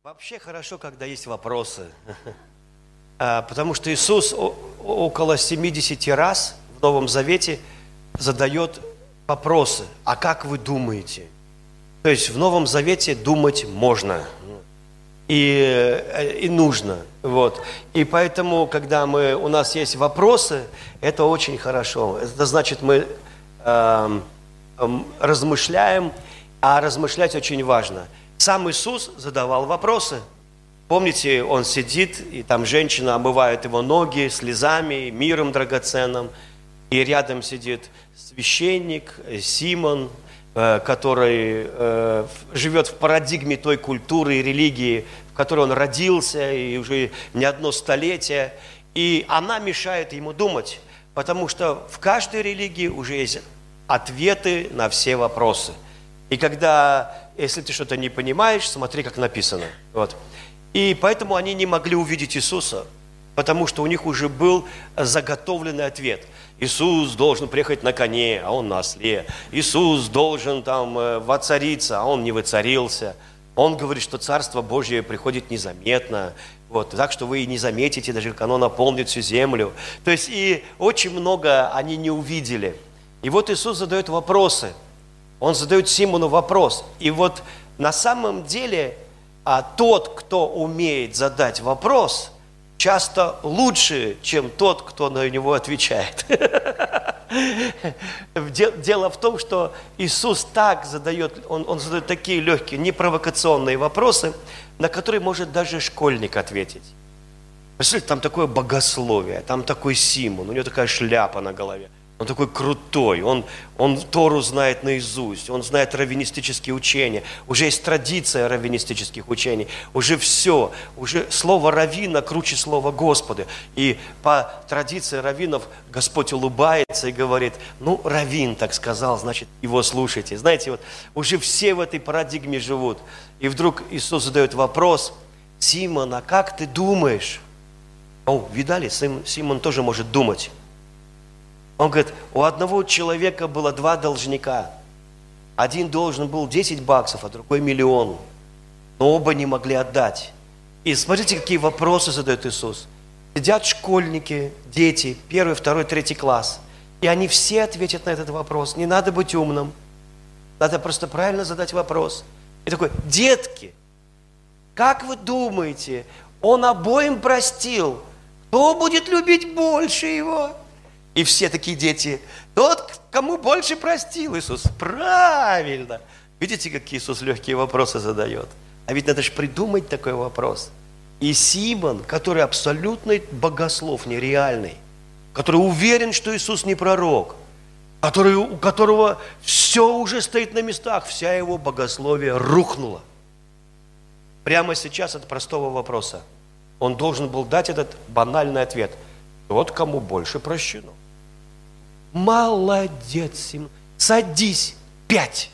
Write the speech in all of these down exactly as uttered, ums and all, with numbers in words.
Вообще хорошо, когда есть вопросы. Потому что Иисус около семидесяти раз в Новом Завете задает вопросы. А как вы думаете? То есть в Новом Завете думать можно и, и нужно. Вот. И поэтому, когда мы, у нас есть вопросы, это очень хорошо. Это значит, мы э, э, размышляем, а размышлять очень важно. Сам Иисус задавал вопросы. Помните, он сидит, и там женщина омывает его ноги слезами, миром драгоценным, и рядом сидит священник Симон, который живет в парадигме той культуры и религии, в которой он родился, и уже не одно столетие, и она мешает ему думать, потому что в каждой религии уже есть ответы на все вопросы. И когда, если ты что-то не понимаешь, смотри, как написано. Вот. И поэтому они не могли увидеть Иисуса, потому что у них уже был заготовленный ответ. Иисус должен приехать на коне, а он на осле. Иисус должен там воцариться, а он не воцарился. Он говорит, что Царство Божье приходит незаметно, вот, так что вы и не заметите, даже как оно наполнит всю землю. То есть и очень много они не увидели. И вот Иисус задает вопросы. Он задает Симону вопрос. И вот на самом деле а тот, кто умеет задать вопрос, часто лучше, чем тот, кто на него отвечает. Дело в том, что Иисус так задает, он, он задает такие легкие, непровокационные вопросы, на которые может даже школьник ответить. Представляете, там такое богословие, там такой Симон, у него такая шляпа на голове. Он такой крутой, он, он Тору знает наизусть, он знает раввинистические учения, уже есть традиция раввинистических учений, уже все, уже слово раввина круче слова Господа. И по традиции раввинов Господь улыбается и говорит, ну, раввин так сказал, значит, его слушайте. Знаете, вот уже все в этой парадигме живут. И вдруг Иисус задает вопрос, Симон, а как ты думаешь? О, видали, Симон тоже может думать. Он говорит, у одного человека было два должника. Один должен был десять баксов, а другой миллион. Но оба не могли отдать. И смотрите, какие вопросы задает Иисус. Сидят школьники, дети, первый, второй, третий класс. И они все ответят на этот вопрос. Не надо быть умным. Надо просто правильно задать вопрос. И такой, детки, как вы думаете, он обоим простил? Кто будет любить больше его? И все такие дети, тот, кому больше простил Иисус. Правильно. Видите, какие Иисус легкие вопросы задает? А ведь надо же придумать такой вопрос. И Симон, который абсолютный богослов, нереальный, который уверен, что Иисус не пророк, который, у которого все уже стоит на местах, вся его богословие рухнуло. Прямо сейчас от простого вопроса. Он должен был дать этот банальный ответ. Тот, кому больше прощено. Молодец, Симон. Садись, пять.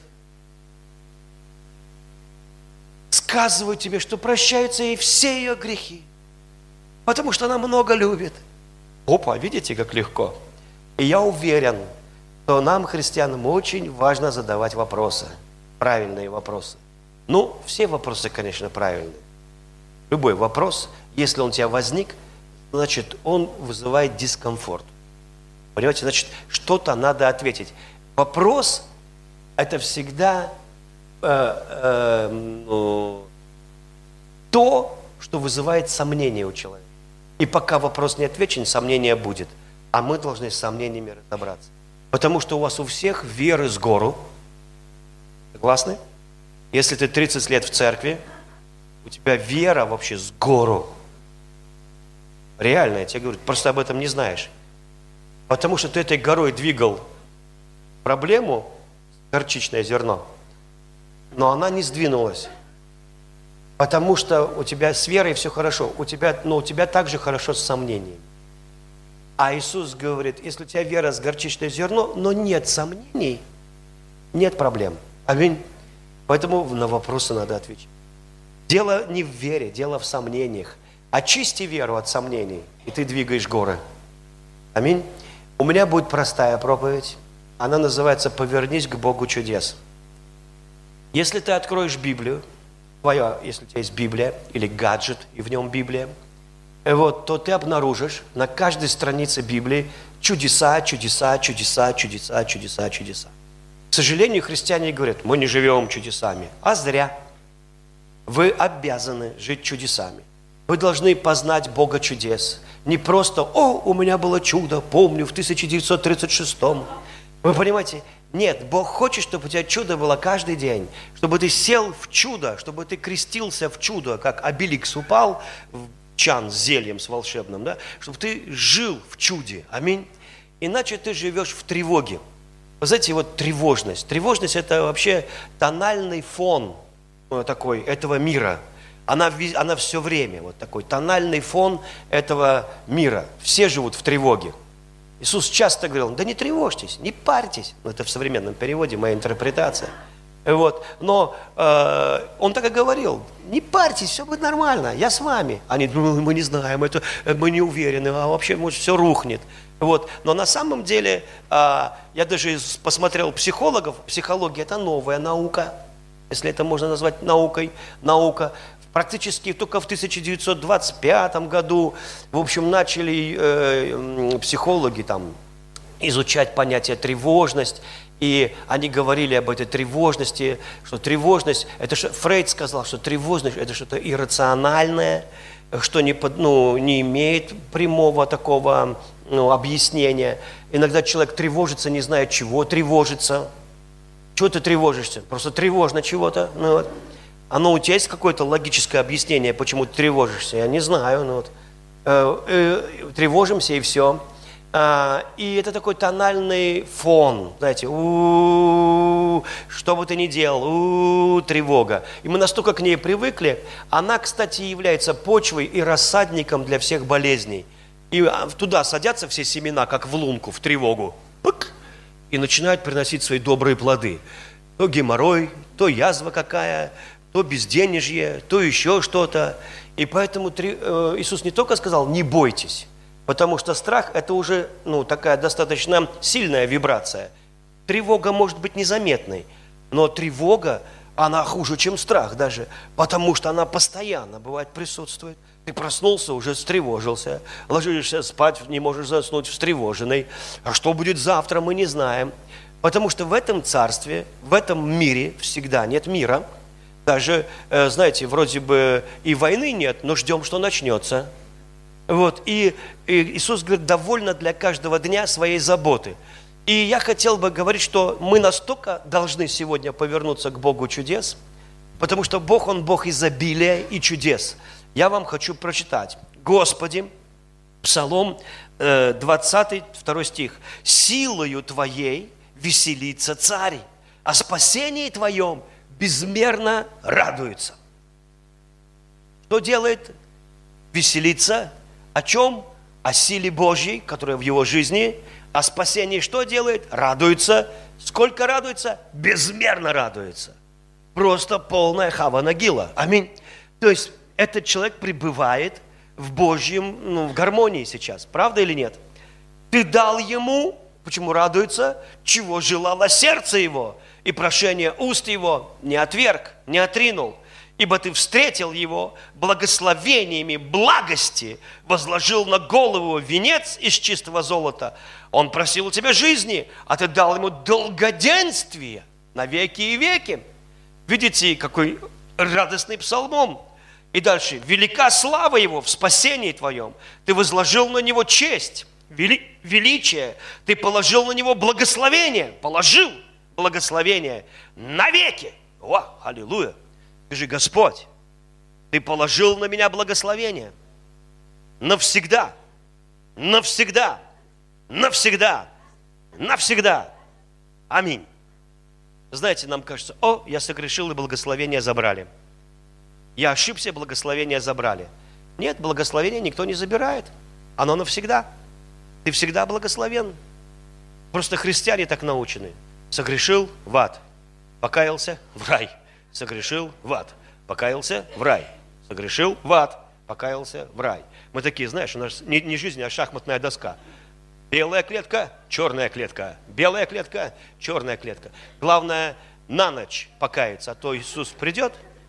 Сказываю тебе, что прощаются ей все ее грехи, потому что она много любит. Опа, видите, как легко. И я уверен, что нам, христианам, очень важно задавать вопросы, правильные вопросы. Ну, все вопросы, конечно, правильные. Любой вопрос, если он у тебя возник, значит, он вызывает дискомфорт. Понимаете, значит, что-то надо ответить. Вопрос – это всегда э, э, ну, то, что вызывает сомнение у человека. И пока вопрос не отвечен, сомнение будет. А мы должны с сомнениями разобраться. Потому что у вас у всех веры с гору. Согласны? Если ты тридцать лет в церкви, у тебя вера вообще с гору. Реально, я тебе говорю, просто об этом не знаешь. Потому что ты этой горой двигал проблему, горчичное зерно, но она не сдвинулась. Потому что у тебя с верой все хорошо, у тебя, но у тебя также хорошо с сомнением. А Иисус говорит, если у тебя вера с горчичное зерно, но нет сомнений, нет проблем. Аминь. Поэтому на вопросы надо отвечать. Дело не в вере, дело в сомнениях. Очисти веру от сомнений, и ты двигаешь горы. Аминь. У меня будет простая проповедь. Она называется «Повернись к Богу чудес». Если ты откроешь Библию твоя, если у тебя есть Библия или гаджет, и в нем Библия, вот, то ты обнаружишь на каждой странице Библии чудеса, чудеса, чудеса, чудеса, чудеса, чудеса. К сожалению, христиане говорят, мы не живем чудесами, а зря. Вы обязаны жить чудесами. Вы должны познать Бога чудес. Не просто, о, у меня было чудо, помню, в тысяча девятьсот тридцать шестом. Вы понимаете? Нет, Бог хочет, чтобы у тебя чудо было каждый день. Чтобы ты сел в чудо, чтобы ты крестился в чудо, как Обеликс упал в чан с зельем, с волшебным, да? Чтобы ты жил в чуде. Аминь. Иначе ты живешь в тревоге. Вы знаете, вот тревожность. Тревожность – это вообще тональный фон такой этого мира. Она, она все время, вот такой тональный фон этого мира. Все живут в тревоге. Иисус часто говорил, да не тревожьтесь, не парьтесь. Ну, это в современном переводе моя интерпретация. Вот. Но э, он так и говорил, не парьтесь, все будет нормально, я с вами. Они думали, мы не знаем, это, мы не уверены, а вообще может все рухнет. Вот. Но на самом деле, э, я даже посмотрел психологов, психология это новая наука, если это можно назвать наукой, наука. Практически только в тысяча девятьсот двадцать пятом году, в общем, начали э, психологи там изучать понятие тревожность, и они говорили об этой тревожности, что тревожность, это что, Фрейд сказал, что тревожность это что-то иррациональное, что не, под, ну, не имеет прямого такого ну, объяснения. Иногда человек тревожится, не зная, чего тревожится. Чего ты тревожишься? Просто тревожно чего-то. Ну, вот. Оно у тебя есть какое-то логическое объяснение, почему ты тревожишься? Я не знаю. Ну вот. э, э, тревожимся и все. А, и это такой тональный фон. Знаете, у-у-у, что бы ты ни делал, у-у-у, тревога. И мы настолько к ней привыкли. Она, кстати, является почвой и рассадником для всех болезней. И туда садятся все семена, как в лунку, в тревогу. Пык, и начинают приносить свои добрые плоды. То геморрой, то язва какая, то безденежье, то еще что-то. И поэтому Иисус не только сказал, не бойтесь, потому что страх – это уже ну, такая достаточно сильная вибрация. Тревога может быть незаметной, но тревога, она хуже, чем страх даже, потому что она постоянно, бывает, присутствует. Ты проснулся, уже встревожился, ложишься спать, не можешь заснуть встревоженный. А что будет завтра, мы не знаем. Потому что в этом царстве, в этом мире всегда нет мира. Даже, знаете, вроде бы и войны нет, но ждем, что начнется. Вот. И, и Иисус говорит, довольно для каждого дня своей заботы. И я хотел бы говорить, что мы настолько должны сегодня повернуться к Богу чудес, потому что Бог, Он Бог изобилия и чудес. Я вам хочу прочитать. Господи, Псалом двадцатый, второй стих. «Силою Твоей веселится царь, о спасении Твоем безмерно радуется». Что делает? Веселится. О чем? О силе Божьей, которая в его жизни. О спасении что делает? Радуется. Сколько радуется? Безмерно радуется. Просто полная хава нагила. Аминь. То есть этот человек пребывает в Божьем, ну, в гармонии сейчас. Правда или нет? Ты дал ему, почему радуется, чего желало сердце его, и прошение уст его не отверг, не отринул. Ибо ты встретил его благословениями благости, возложил на голову венец из чистого золота. Он просил у тебя жизни, а ты дал ему долгоденствие на веки и веки. Видите, какой радостный псалмом. И дальше. Велика слава его в спасении твоем. Ты возложил на него честь, вели, величие. Ты положил на него благословение. Положил благословение навеки. О, аллилуйя. Скажи, Господь, Ты положил на меня благословение навсегда, навсегда, навсегда, навсегда. Аминь. Знаете, нам кажется, о, я согрешил, и благословение забрали. Я ошибся, благословение забрали. Нет, благословение никто не забирает. Оно навсегда. Ты всегда благословен. Просто христиане так научены. Согрешил – в ад. Покаялся – в рай. Согрешил – в ад. Покаялся – в рай. Согрешил – в ад. Покаялся – в рай. Мы такие, знаешь, у нас не, не жизнь, а шахматная доска. Белая клетка, черная клетка. Белая клетка, черная клетка. Главное, на ночь покаяться, а то Иисус придет,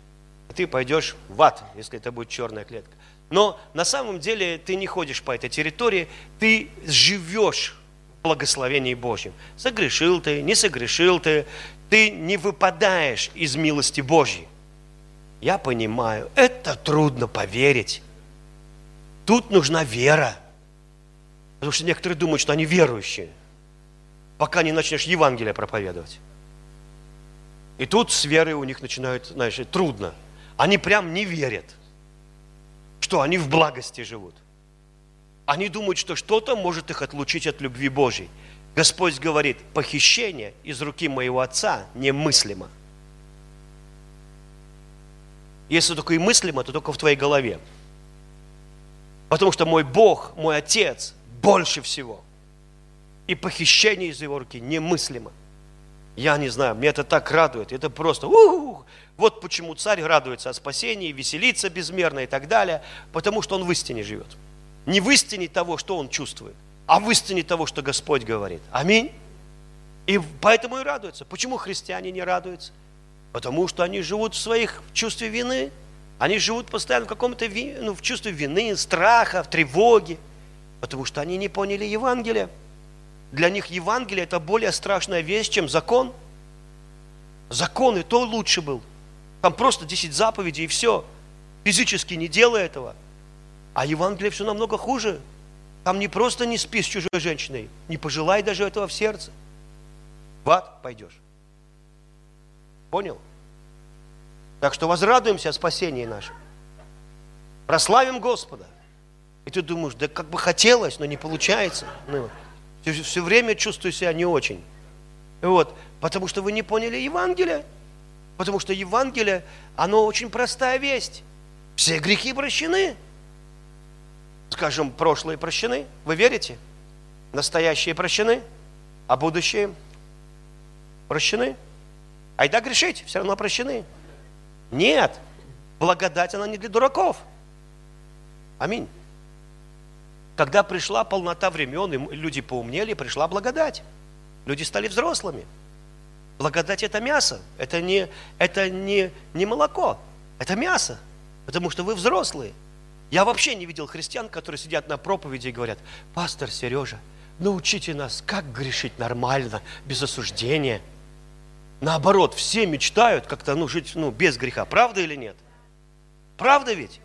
ты пойдешь в ад, если это будет черная клетка. Но на самом деле ты не ходишь по этой территории, ты живешь в благословении Божьем. Согрешил ты, не согрешил ты, ты не выпадаешь из милости Божьей. Я понимаю, это трудно поверить. Тут нужна вера. Потому что некоторые думают, что они верующие, пока не начнешь Евангелие проповедовать. И тут с верой у них начинают, знаешь, трудно. Они прям не верят, что они в благости живут. Они думают, что что-то может их отлучить от любви Божьей. Господь говорит, похищение из руки моего Отца немыслимо. Если только и мыслимо, то только в твоей голове. Потому что мой Бог, мой Отец больше всего. И похищение из его руки немыслимо. Я не знаю, мне это так радует. Это просто, у-у-у. Вот почему царь радуется о спасении, веселится безмерно и так далее. Потому что он в истине живет. Не в истине того, что он чувствует, а в истине того, что Господь говорит. Аминь. И поэтому и радуется. Почему христиане не радуются? Потому что они живут в своих в чувстве вины. Они живут постоянно в каком-то ну, в чувстве вины, страха, в тревоге. Потому что они не поняли Евангелие. Для них Евангелие – это более страшная вещь, чем закон. Закон и то лучше был. Там просто десять заповедей и все. Физически не делай этого. А Евангелие все намного хуже. Там не просто не спи с чужой женщиной, не пожелай даже этого в сердце. В ад пойдешь. Понял? Так что возрадуемся о спасении нашем. Прославим Господа. И ты думаешь, да как бы хотелось, но не получается. Ну, все, все время чувствую себя не очень. Вот. Потому что вы не поняли Евангелие. Потому что Евангелие, оно очень простая весть. Все грехи прощены. Скажем, прошлые прощены. Вы верите? Настоящие прощены, а будущие прощены. Айда грешить, все равно прощены. Нет, благодать, она не для дураков. Аминь. Когда пришла полнота времен, и люди поумнели, пришла благодать. Люди стали взрослыми. Благодать – это мясо, это не, это не, не молоко, это мясо, потому что вы взрослые. Я вообще не видел христиан, которые сидят на проповеди и говорят: пастор Сережа, научите нас, как грешить нормально, без осуждения. Наоборот, все мечтают как-то ну, жить ну, без греха. Правда или нет? Правда ведь?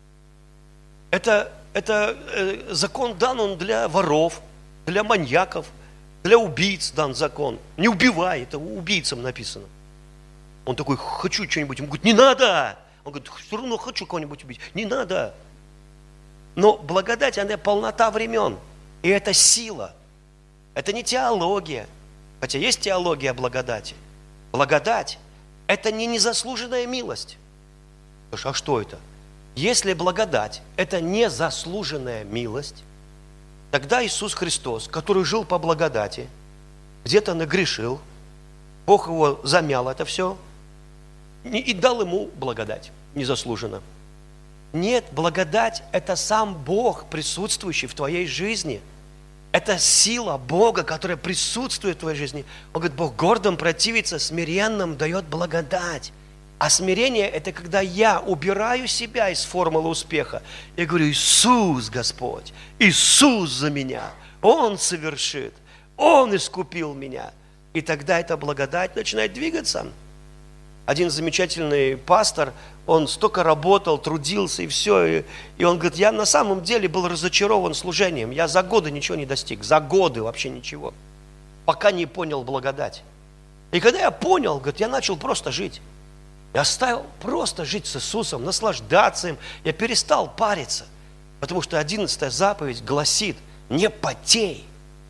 Это, это э, закон дан он для воров, для маньяков, для убийц дан закон. Не убивай, это убийцам написано. Он такой: хочу что-нибудь. Ему говорит: не надо. Он говорит: все равно хочу кого-нибудь убить. Не надо. Но благодать, она полнота времен. И это сила. Это не теология. Хотя есть теология благодати. Благодать – это не незаслуженная милость. А что это? Если благодать – это незаслуженная милость, тогда Иисус Христос, который жил по благодати, где-то нагрешил, Бог его замял это все и дал ему благодать незаслуженно. Нет, благодать – это сам Бог, присутствующий в твоей жизни. Это сила Бога, которая присутствует в твоей жизни. Он говорит: Бог гордым противится, смиренным дает благодать. А смирение – это когда я убираю себя из формулы успеха. Я говорю: Иисус Господь, Иисус за меня, Он совершит, Он искупил меня. И тогда эта благодать начинает двигаться. Один замечательный пастор, он столько работал, трудился и все. И, и он говорит: я на самом деле был разочарован служением. Я за годы ничего не достиг. За годы вообще ничего. Пока не понял благодать. И когда я понял, говорит, я начал просто жить. Я стал просто жить с Иисусом, наслаждаться им. Я перестал париться. Потому что одиннадцатая заповедь гласит: не потей.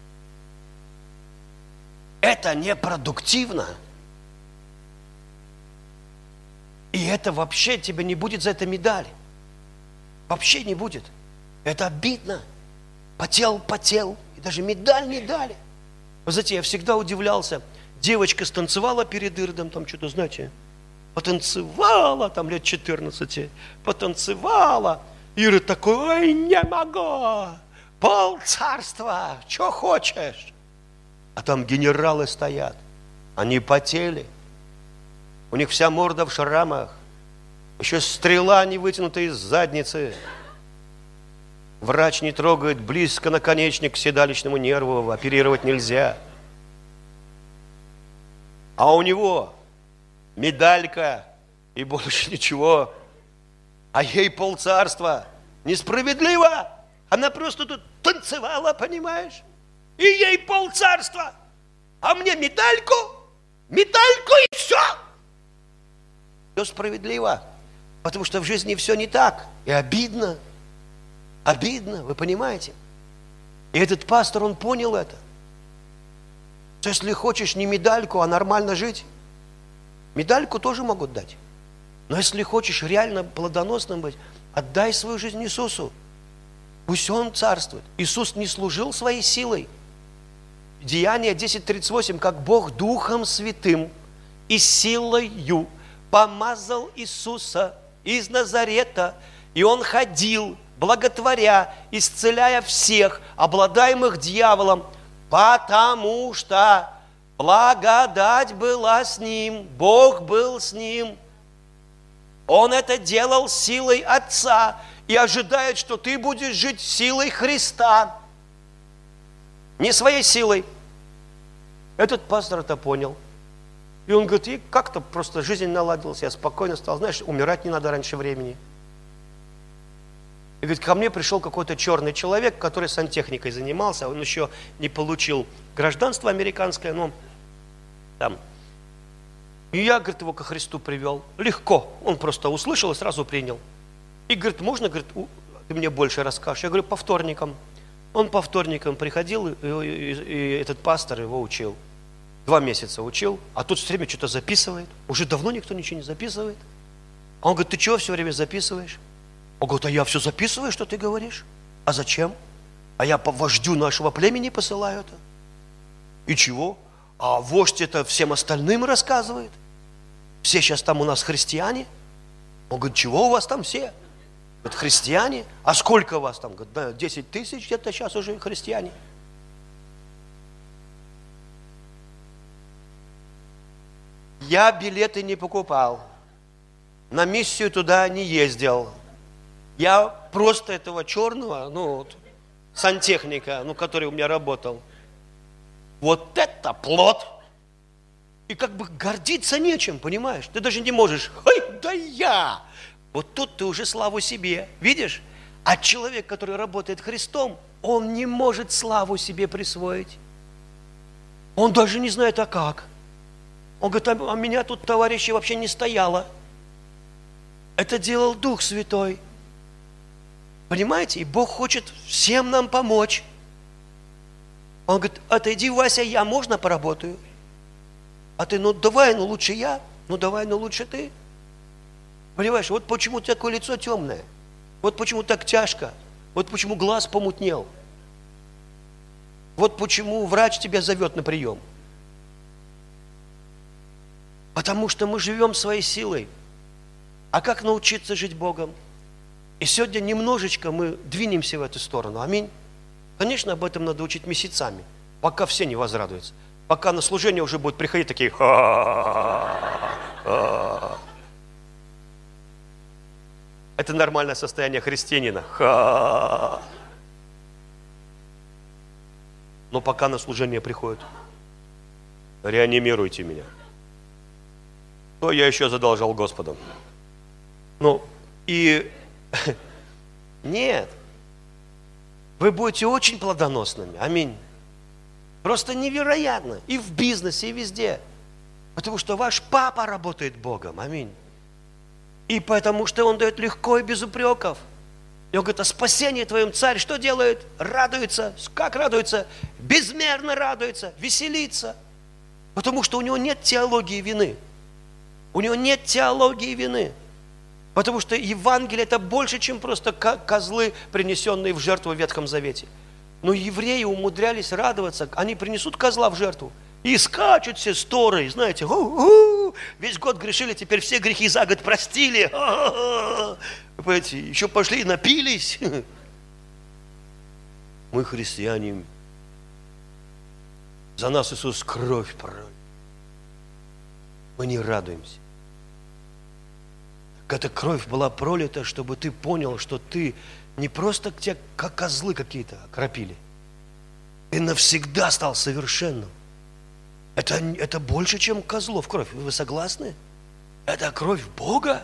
Это непродуктивно. И это вообще тебе не будет за это медали. Вообще не будет. Это обидно. Потел, потел. И даже медаль не дали. Вы знаете, я всегда удивлялся. Девочка станцевала перед Иродом, там что-то, знаете, потанцевала, там лет четырнадцати, потанцевала. Ирод такой: ой, не могу. Пол царства, что хочешь. А там генералы стоят. Они потели. У них вся морда в шрамах. Еще стрела не вытянута из задницы. Врач не трогает близко наконечник к седалищному нерву, оперировать нельзя. А у него медалька и больше ничего. А ей полцарства. Несправедливо. Она просто тут танцевала, понимаешь? И ей полцарства. А мне медальку, медальку и все. Все справедливо. Потому что в жизни все не так. И обидно. Обидно, вы понимаете? И этот пастор, он понял это. Что если хочешь не медальку, а нормально жить, медальку тоже могут дать. Но если хочешь реально плодоносным быть, отдай свою жизнь Иисусу. Пусть Он царствует. Иисус не служил своей силой. Деяния десять тридцать восемь, как Бог Духом Святым и силою помазал Иисуса из Назарета, и Он ходил, благотворя, исцеляя всех, обладаемых дьяволом, потому что благодать была с Ним, Бог был с Ним. Он это делал силой Отца и ожидает, что ты будешь жить силой Христа, не своей силой. Этот пастор это понял. И он говорит, и как-то просто жизнь наладилась, я спокойно стал, знаешь, умирать не надо раньше времени. И говорит, ко мне пришел какой-то черный человек, который сантехникой занимался, он еще не получил гражданство американское, но там. И я, говорит, его ко Христу привел. Легко. Он просто услышал и сразу принял. И говорит, можно, говорит, ты мне больше расскажешь? Я говорю, по вторникам. Он по вторникам приходил, и, и, и этот пастор его учил. Два месяца учил, а тут все время что-то записывает. Уже давно никто ничего не записывает. А он говорит, ты чего все время записываешь? Он говорит, а я все записываю, что ты говоришь. А зачем? А я по вождю нашего племени посылаю это. И чего? А вождь это всем остальным рассказывает. Все сейчас там у нас христиане. Он говорит, чего у вас там все? Говорит, христиане. А сколько у вас там? Говорит, да, десять тысяч где-то сейчас уже христиане. Я билеты не покупал. На миссию туда не ездил. Я просто этого черного, ну, вот, сантехника, ну, который у меня работал. Вот это плод! И как бы гордиться нечем, понимаешь? Ты даже не можешь, ой, да я! Вот тут ты уже славу себе, видишь? А человек, который работает Христом, он не может славу себе присвоить. Он даже не знает, а как. Он говорит, а меня тут, товарищи, вообще не стояло. Это делал Дух Святой. Понимаете? И Бог хочет всем нам помочь. Он говорит, отойди, Вася, я, можно поработаю? А ты, ну давай, ну лучше я, ну давай, ну лучше ты. Понимаешь, вот почему такое лицо темное, вот почему так тяжко, вот почему глаз помутнел, вот почему врач тебя зовет на прием. Потому что мы живем своей силой. А как научиться жить Богом? И сегодня немножечко мы двинемся в эту сторону. Аминь. Конечно, об этом надо учить месяцами, пока все не возрадуются. Пока на служение уже будут приходить такие. Это нормальное состояние христианина. Но пока на служение приходят, реанимируйте меня. То я еще задолжал Господу. Ну, и нет. Вы будете очень плодоносными. Аминь. Просто невероятно. И в бизнесе, и везде. Потому что ваш папа работает Богом. Аминь. И потому что Он дает легко и без упреков. И Он говорит, о спасении твоем царь что делает? Радуется. Как радуется? Безмерно радуется, веселится. Потому что у него нет теологии вины. У него нет теологии вины. Потому что Евангелие это больше, чем просто козлы, принесенные в жертву в Ветхом Завете. Но евреи умудрялись радоваться. Они принесут козла в жертву и скачут все сторы, знаете, у-у-у, весь год грешили, теперь все грехи за год простили. Понимаете, еще пошли и напились. Мы христиане. За нас Иисус кровь пролил. Мы не радуемся. эта кровь была пролита, чтобы ты понял, что ты не просто тебя как козлы какие-то окропили. Ты навсегда стал совершенным. Это, это больше, чем козлов кровь. Вы согласны? Это кровь Бога.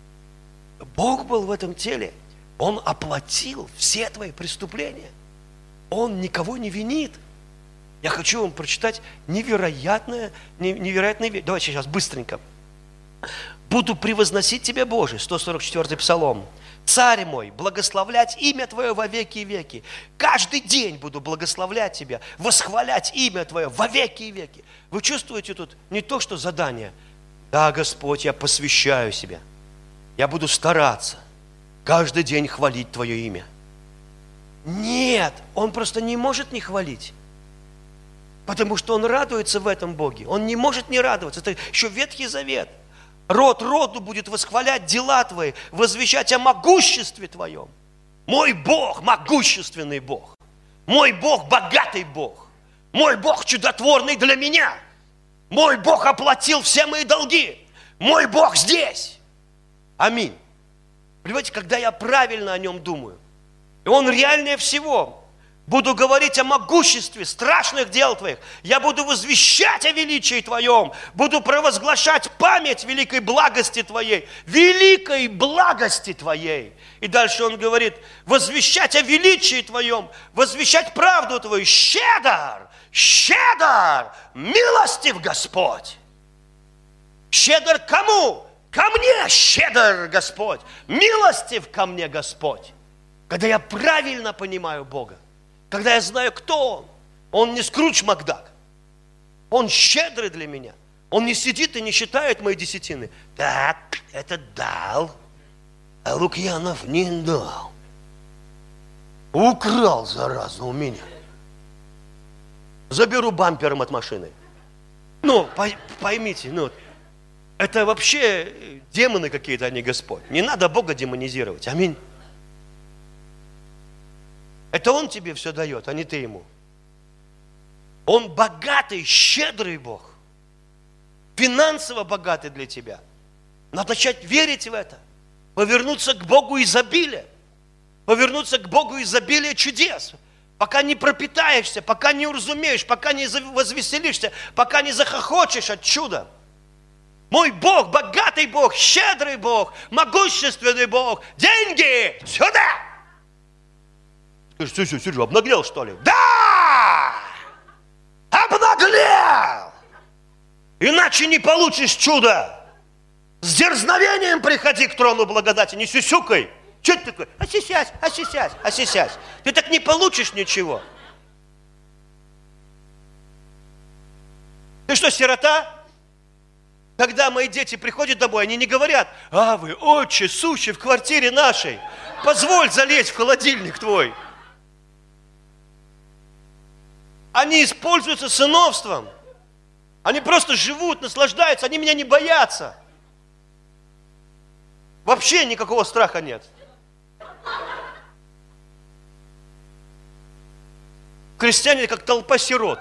Бог был в этом теле. Он оплатил все твои преступления. Он никого не винит. Я хочу вам прочитать невероятное, невероятное вещь. Давайте сейчас быстренько. «Буду превозносить Тебя, Боже», сто сорок четвёртый Псалом. «Царь мой, благословлять имя Твое во веки и веки. Каждый день буду благословлять Тебя, восхвалять имя Твое во веки и веки». Вы чувствуете тут не то, что задание. Да, Господь, я посвящаю себя. Я буду стараться каждый день хвалить Твое имя. Нет, он просто не может не хвалить. Потому что он радуется в этом Боге. Он не может не радоваться. Это еще Ветхий Завет. Род роду будет восхвалять дела Твои, возвещать о могуществе Твоем. Мой Бог, могущественный Бог. Мой Бог, богатый Бог. Мой Бог, чудотворный для меня. Мой Бог оплатил все мои долги. Мой Бог здесь. Аминь. Понимаете, когда я правильно о Нем думаю, и Он реальнее всего, буду говорить о могуществе страшных дел Твоих. Я буду возвещать о величии Твоем. Буду провозглашать память великой благости Твоей. Великой благости Твоей. И дальше он говорит, возвещать о величии Твоем. Возвещать правду Твою. Щедр, щедр, милостив Господь. Щедр кому? Ко мне щедр Господь. Милостив ко мне Господь. Когда я правильно понимаю Бога. Когда я знаю, кто Он. Он не Скрудж Макдак. Он щедрый для меня. Он не сидит и не считает мои десятины. Так, это дал, а Лукьянов не дал. Украл, зараза, у меня. Заберу бампером от машины. Ну, поймите, ну, это вообще демоны какие-то, а не Господь. Не надо Бога демонизировать. Аминь. Это Он тебе все дает, а не ты Ему. Он богатый, щедрый Бог. Финансово богатый для тебя. Надо начать верить в это. Повернуться к Богу изобилия. Повернуться к Богу изобилия чудес. Пока не пропитаешься, пока не уразумеешь, пока не возвеселишься, пока не захохочешь от чуда. Мой Бог, богатый Бог, щедрый Бог, могущественный Бог. Деньги сюда! Ты что, Сережа, обнаглел, что ли? Да! Обнаглел! Иначе не получишь чудо. С дерзновением приходи к трону благодати, не сюсюкай. Что ты такой? Осисясь, осисясь, осисясь. Ты так не получишь ничего. Ты что, сирота? Когда мои дети приходят домой, они не говорят, а вы, отче, сущий в квартире нашей, позволь залезть в холодильник твой. Они используются сыновством. Они просто живут, наслаждаются, они меня не боятся. Вообще никакого страха нет. Христиане как толпа сирот.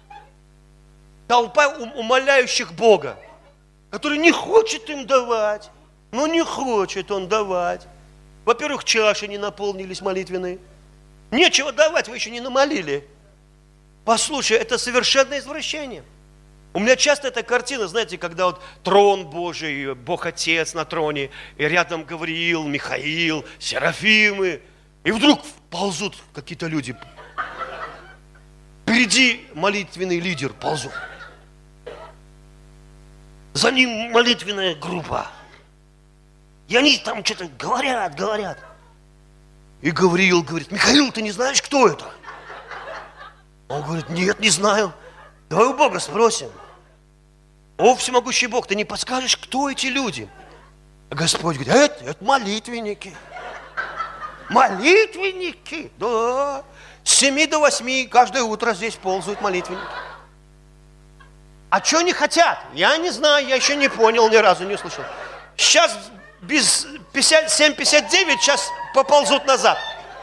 Толпа умоляющих Бога, который не хочет им давать. Ну не хочет Он давать. Во-первых, чаши не наполнились молитвенные. Нечего давать, вы еще не намолили. Послушай, это совершенное извращение. У меня часто эта картина, знаете, когда вот трон Божий, Бог Отец на троне, и рядом Гавриил, Михаил, Серафимы, и вдруг ползут какие-то люди. Впереди молитвенный лидер ползут. За ним молитвенная группа. И они там что-то говорят, говорят. И Гавриил говорит, Михаил, ты не знаешь, кто это? Он говорит, нет, не знаю. Давай у Бога спросим. О, всемогущий Бог, ты не подскажешь, кто эти люди? А Господь говорит, это, это молитвенники. Молитвенники? Да. С семи до восьми каждое утро здесь ползают молитвенники. А что они хотят? Я не знаю, я еще не понял, ни разу не услышал. Сейчас без семь пятьдесят девять, сейчас поползут назад.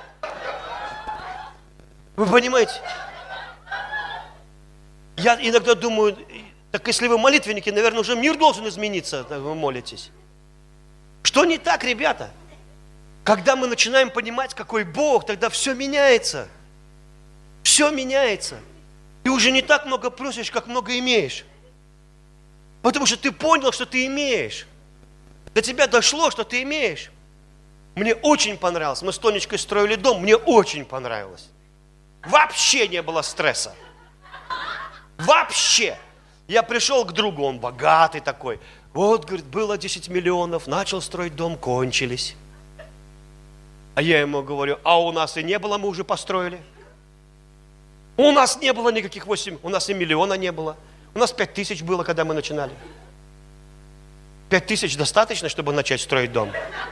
Вы понимаете? Я иногда думаю, так если вы молитвенники, наверное, уже мир должен измениться, вы молитесь. Что Что не так, ребята? Когда мы начинаем понимать, какой Бог, тогда все меняется. Все меняется. Ты уже не так много просишь, как много имеешь. Потому что ты понял, что ты имеешь. До тебя дошло, что ты имеешь. Мне очень понравилось. Мы с Тонечкой строили дом, мне очень понравилось. Вообще не было стресса. Вообще. Я пришел к другу, он богатый такой. Вот, говорит, было десять миллионов, начал строить дом, кончились. А я ему говорю, а у нас и не было, мы уже построили. У нас не было никаких восемь, у нас и миллиона не было. У нас пять тысяч было, когда мы начинали. Пять тысяч достаточно, чтобы начать строить дом?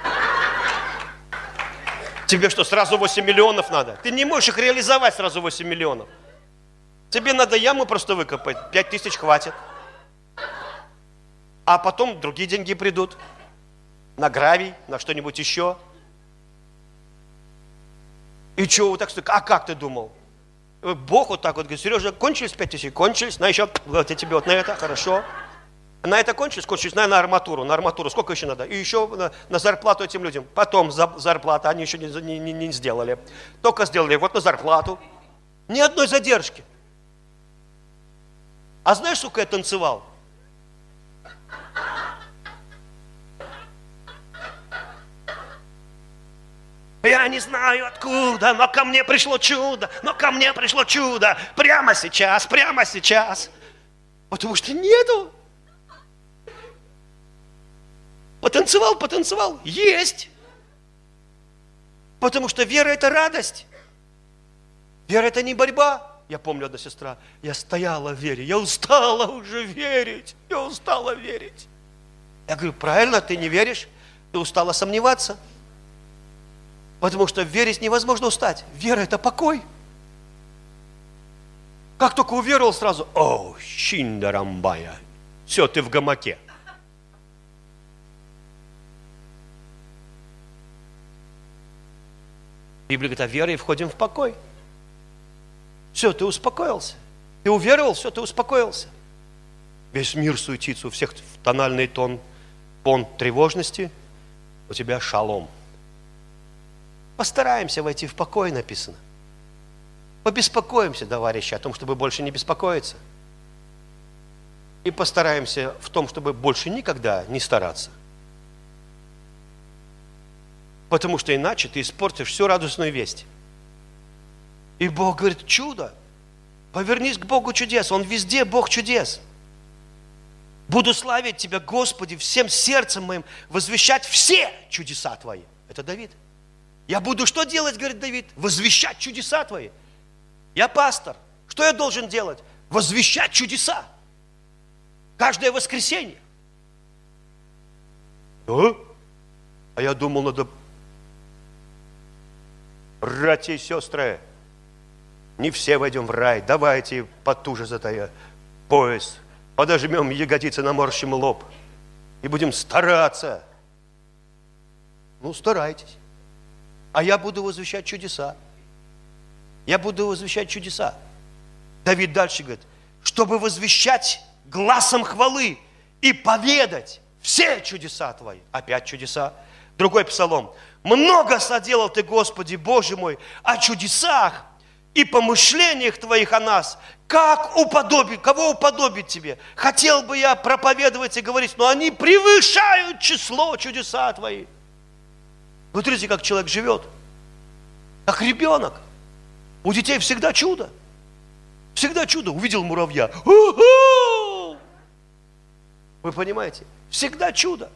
Тебе что, сразу восемь миллионов надо? Ты не можешь их реализовать сразу восемь миллионов. Тебе надо яму просто выкопать, пять тысяч хватит. А потом другие деньги придут. На гравий, на что-нибудь еще. И что, вот так, а как ты думал? Бог вот так вот говорит, Сережа, кончились пять тысяч? Кончились, на еще, вот я тебе вот на это, хорошо. На это кончились? Кончились, на, на арматуру, на арматуру, сколько еще надо? И еще на, на зарплату этим людям. Потом за, зарплата, они еще не, не, не сделали. Только сделали, вот на зарплату. Ни одной задержки. А знаешь, сколько я танцевал? Я не знаю откуда, но ко мне пришло чудо, но ко мне пришло чудо. Прямо сейчас, прямо сейчас. Потому что нету. Потанцевал, потанцевал. Есть. Потому что вера – это радость. Вера – это не борьба. Я помню, одна сестра, я стояла в вере, я устала уже верить, я устала верить. Я говорю, правильно, ты не веришь, ты устала сомневаться. Потому что верить невозможно устать. Вера – это покой. Как только уверовал, сразу, о, щиндарамбая, все, ты в гамаке. Библия говорит, а верой входим в покой. Все, ты успокоился. Ты уверовал, все, ты успокоился. Весь мир суетится, у всех тональный тон, тон тревожности, у тебя шалом. Постараемся войти в покой, написано. Побеспокоимся, товарищи, о том, чтобы больше не беспокоиться. И постараемся в том, чтобы больше никогда не стараться. Потому что иначе ты испортишь всю радостную весть. И Бог говорит, чудо. Повернись к Богу чудес. Он везде Бог чудес. Буду славить Тебя, Господи, всем сердцем моим, возвещать все чудеса Твои. Это Давид. Я буду что делать, говорит Давид? Возвещать чудеса Твои. Я пастор. Что я должен делать? Возвещать чудеса. Каждое воскресенье. Да? А я думал, надо... Братья и сестры, не все войдем в рай. Давайте потуже затая пояс, подожмем ягодицы, наморщим лоб и будем стараться. Ну, старайтесь. А я буду возвещать чудеса. Я буду возвещать чудеса. Давид дальше говорит, чтобы возвещать гласом хвалы и поведать все чудеса Твои. Опять чудеса. Другой псалом. Много соделал Ты, Господи, Боже мой, о чудесах и помышлениях Твоих о нас. Как уподобить, кого уподобить Тебе? Хотел бы я проповедовать и говорить, но они превышают число чудеса Твои. Вы смотрите, как человек живет. Как ребенок. У детей всегда чудо. Всегда чудо. Увидел муравья. У-ху! Вы понимаете? Всегда чудо.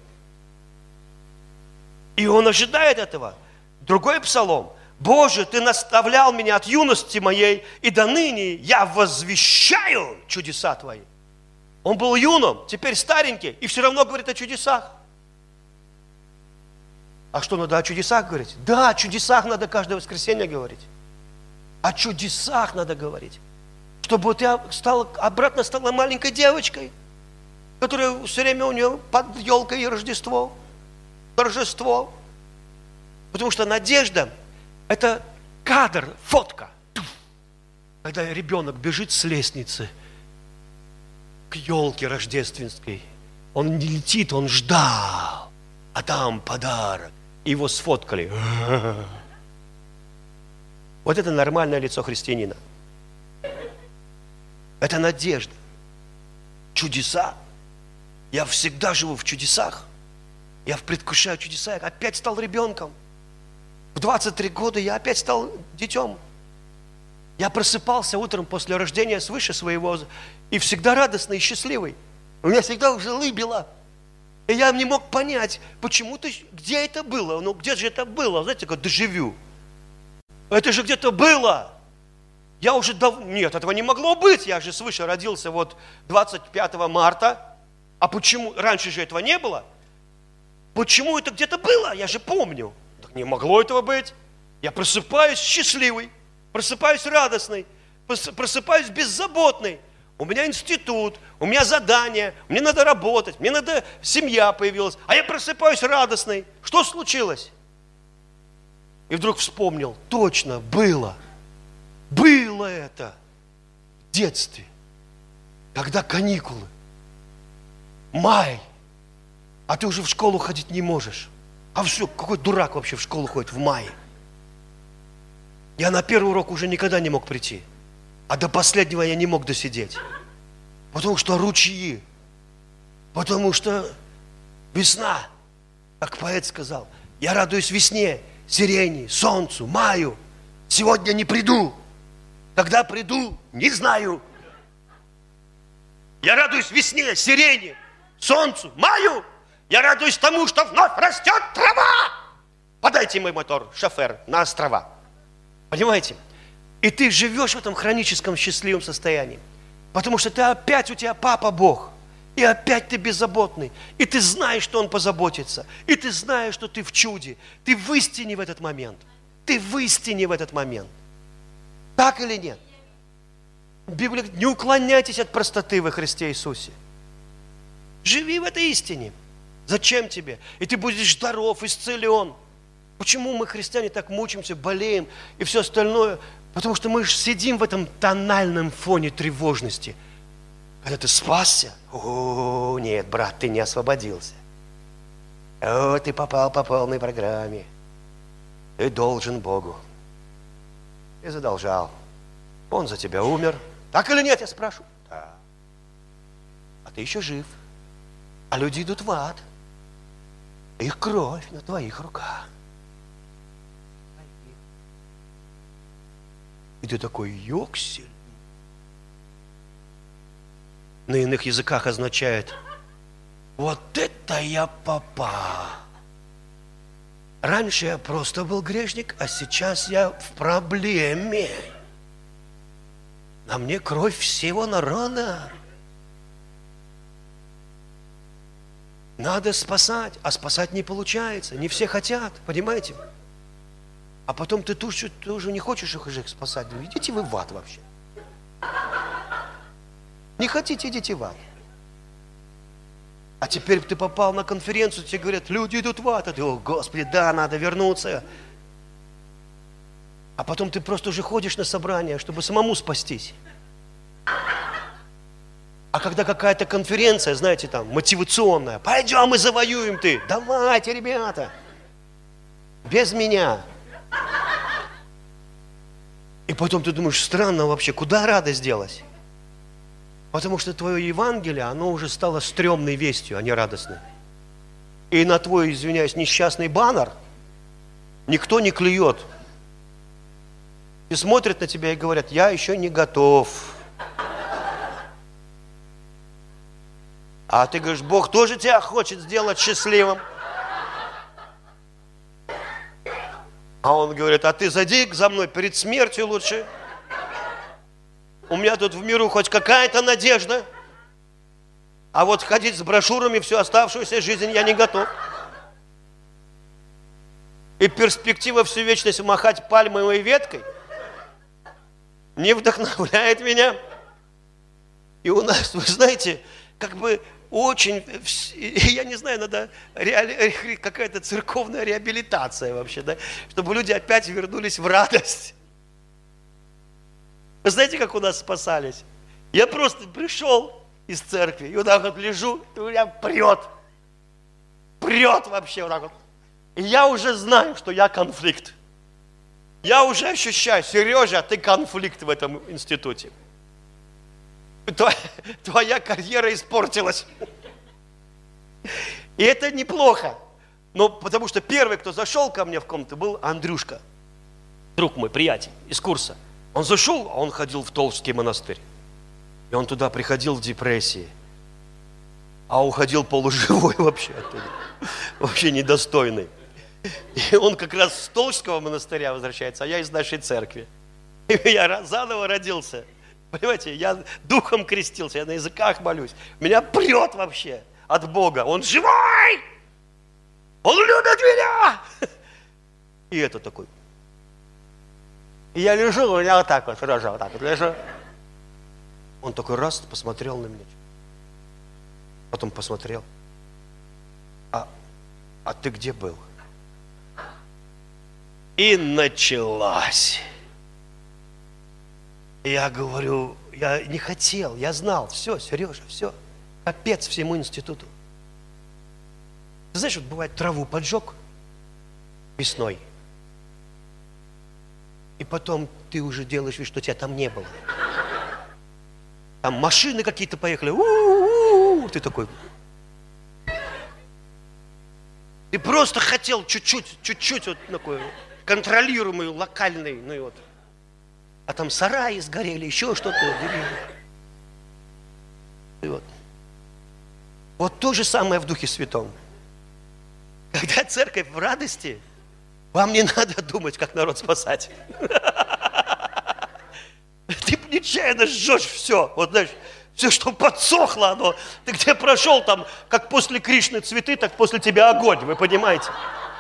И он ожидает этого. Другой псалом. Боже, Ты наставлял меня от юности моей, и до ныне я возвещаю чудеса Твои. Он был юным, теперь старенький, и все равно говорит о чудесах. А что, надо о чудесах говорить? Да, о чудесах надо каждое воскресенье говорить. О чудесах надо говорить. Чтобы ты стала, обратно стала маленькой девочкой, которая все время у нее под елкой и Рождество. Торжество. Потому что надежда – это кадр, фотка. Когда ребенок бежит с лестницы к елке рождественской, он не летит, он ждал. а там подарок. Его сфоткали. Вот это нормальное лицо христианина. Это надежда. Чудеса. Я всегда живу в чудесах. Я предвкушаю чудеса. Я опять стал ребенком. В двадцать три года я опять стал детем. Я просыпался утром после рождения свыше своего и всегда радостный и счастливый. У меня всегда уже лыбило. И я не мог понять, почему-то, где это было. Ну, где же это было? Знаете, как дежавю. Это же где-то было. Я уже давно... Нет, этого не могло быть. Я же свыше родился вот двадцать пятого марта. А почему? Раньше же этого не было. Почему это где-то было? Я же помню. Так не могло этого быть. Я просыпаюсь счастливый, просыпаюсь радостный, просыпаюсь беззаботный. У меня институт, у меня задание, мне надо работать, мне надо, семья появилась, а я просыпаюсь радостный. Что случилось? И вдруг вспомнил, точно, было, было это в детстве, когда каникулы, май, а ты уже в школу ходить не можешь. А все, какой дурак вообще в школу ходит в мае? Я на первый урок уже никогда не мог прийти. А до последнего я не мог досидеть. Потому что ручьи. Потому что весна. Как поэт сказал. Я радуюсь весне, сирени, солнцу, маю. Сегодня не приду. Когда приду, не знаю. Я радуюсь весне, сирени, солнцу, маю. Я радуюсь тому, что вновь растет трава. Подайте мой мотор, шофер, на острова. Понимаете? И ты живешь в этом хроническом счастливом состоянии. Потому что ты опять, у тебя папа Бог. И опять ты беззаботный. И ты знаешь, что Он позаботится. И ты знаешь, что ты в чуде. Ты в истине в этот момент. Ты в истине в этот момент. Так или нет? Библия говорит, не уклоняйтесь от простоты во Христе Иисусе. Живи в этой истине. Зачем тебе? И ты будешь здоров, исцелен. Почему мы, христиане, так мучимся, болеем и все остальное? Потому что мы же сидим в этом тональном фоне тревожности. Когда ты спасся, о, нет, брат, ты не освободился. О, ты попал по полной программе. Ты должен Богу. Ты задолжал. Он за тебя умер. Так или нет, я спрашиваю? Да. А ты еще жив. А люди идут в ад. Их кровь на твоих руках. И ты такой, ёксель. На иных языках означает, вот это я попал. Раньше я просто был грешник, а сейчас я в проблеме. На мне кровь всего народа. Надо спасать, а спасать не получается. Не все хотят, понимаете? А потом ты тоже, ты уже не хочешь их уже спасать. Идите вы в ад вообще. Не хотите, идите в ад. А теперь ты попал на конференцию, тебе говорят, люди идут в ад. А ты, о, Господи, да, надо вернуться. А потом ты просто уже ходишь на собрание, чтобы самому спастись. А когда какая-то конференция, знаете, там, мотивационная, пойдем и завоюем ты. Давайте, ребята. Без меня. И потом ты думаешь, странно вообще, куда радость делась? Потому что твое Евангелие, оно уже стало стрёмной вестью, а не радостной. И на твой, извиняюсь, несчастный баннер никто не клюет. И смотрят на тебя и говорят, я еще не готов. А ты говоришь, Бог тоже тебя хочет сделать счастливым. А он говорит, а ты зайди за мной перед смертью лучше. У меня тут в миру хоть какая-то надежда. А вот ходить с брошюрами всю оставшуюся жизнь я не готов. И перспектива всю вечность махать пальмовой веткой не вдохновляет меня. И у нас, вы знаете, как бы очень, я не знаю, надо реали, какая-то церковная реабилитация вообще, да, чтобы люди опять вернулись в радость. Вы знаете, как у нас спасались? Я просто пришел из церкви, и вот так вот лежу, и у меня прет. прет вообще вот так вот. И я уже знаю, что я конфликт. Я уже ощущаю, Сережа, ты конфликт в этом институте. Твоя, твоя карьера испортилась. И это неплохо. Но потому что первый, кто зашел ко мне в комнату, был Андрюшка. Друг мой, приятель из курса. Он зашел, а он ходил в Толжский монастырь. И он туда приходил в депрессии. А уходил полуживой вообще оттуда. Вообще недостойный. И он как раз с Толжского монастыря возвращается, а я из нашей церкви. И я заново родился. Понимаете, я духом крестился, я на языках молюсь. Меня прет вообще от Бога. Он живой! Он любит меня! И это такой. И я лежу, у меня вот так вот, Сережа, вот так вот лежу. Он такой раз посмотрел на меня. Потом посмотрел. А, а ты где был? И началась. Я говорю, я не хотел, я знал, все, Сережа, все. Капец всему институту. Ты знаешь, вот бывает, траву поджег весной. И потом ты уже делаешь вид, что тебя там не было. Там машины какие-то поехали. У-у-у-у. Ты такой. Ты просто хотел чуть-чуть, чуть-чуть вот такой контролируемый, локальный, ну и вот. А там сараи сгорели, еще что-то. И вот. Вот то же самое в Духе Святом. Когда церковь в радости, вам не надо думать, как народ спасать. Ты нечаянно жжешь все. Вот знаешь, все, что подсохло, оно. Ты где прошел, там, как после Кришны цветы, так после тебя огонь. Вы понимаете?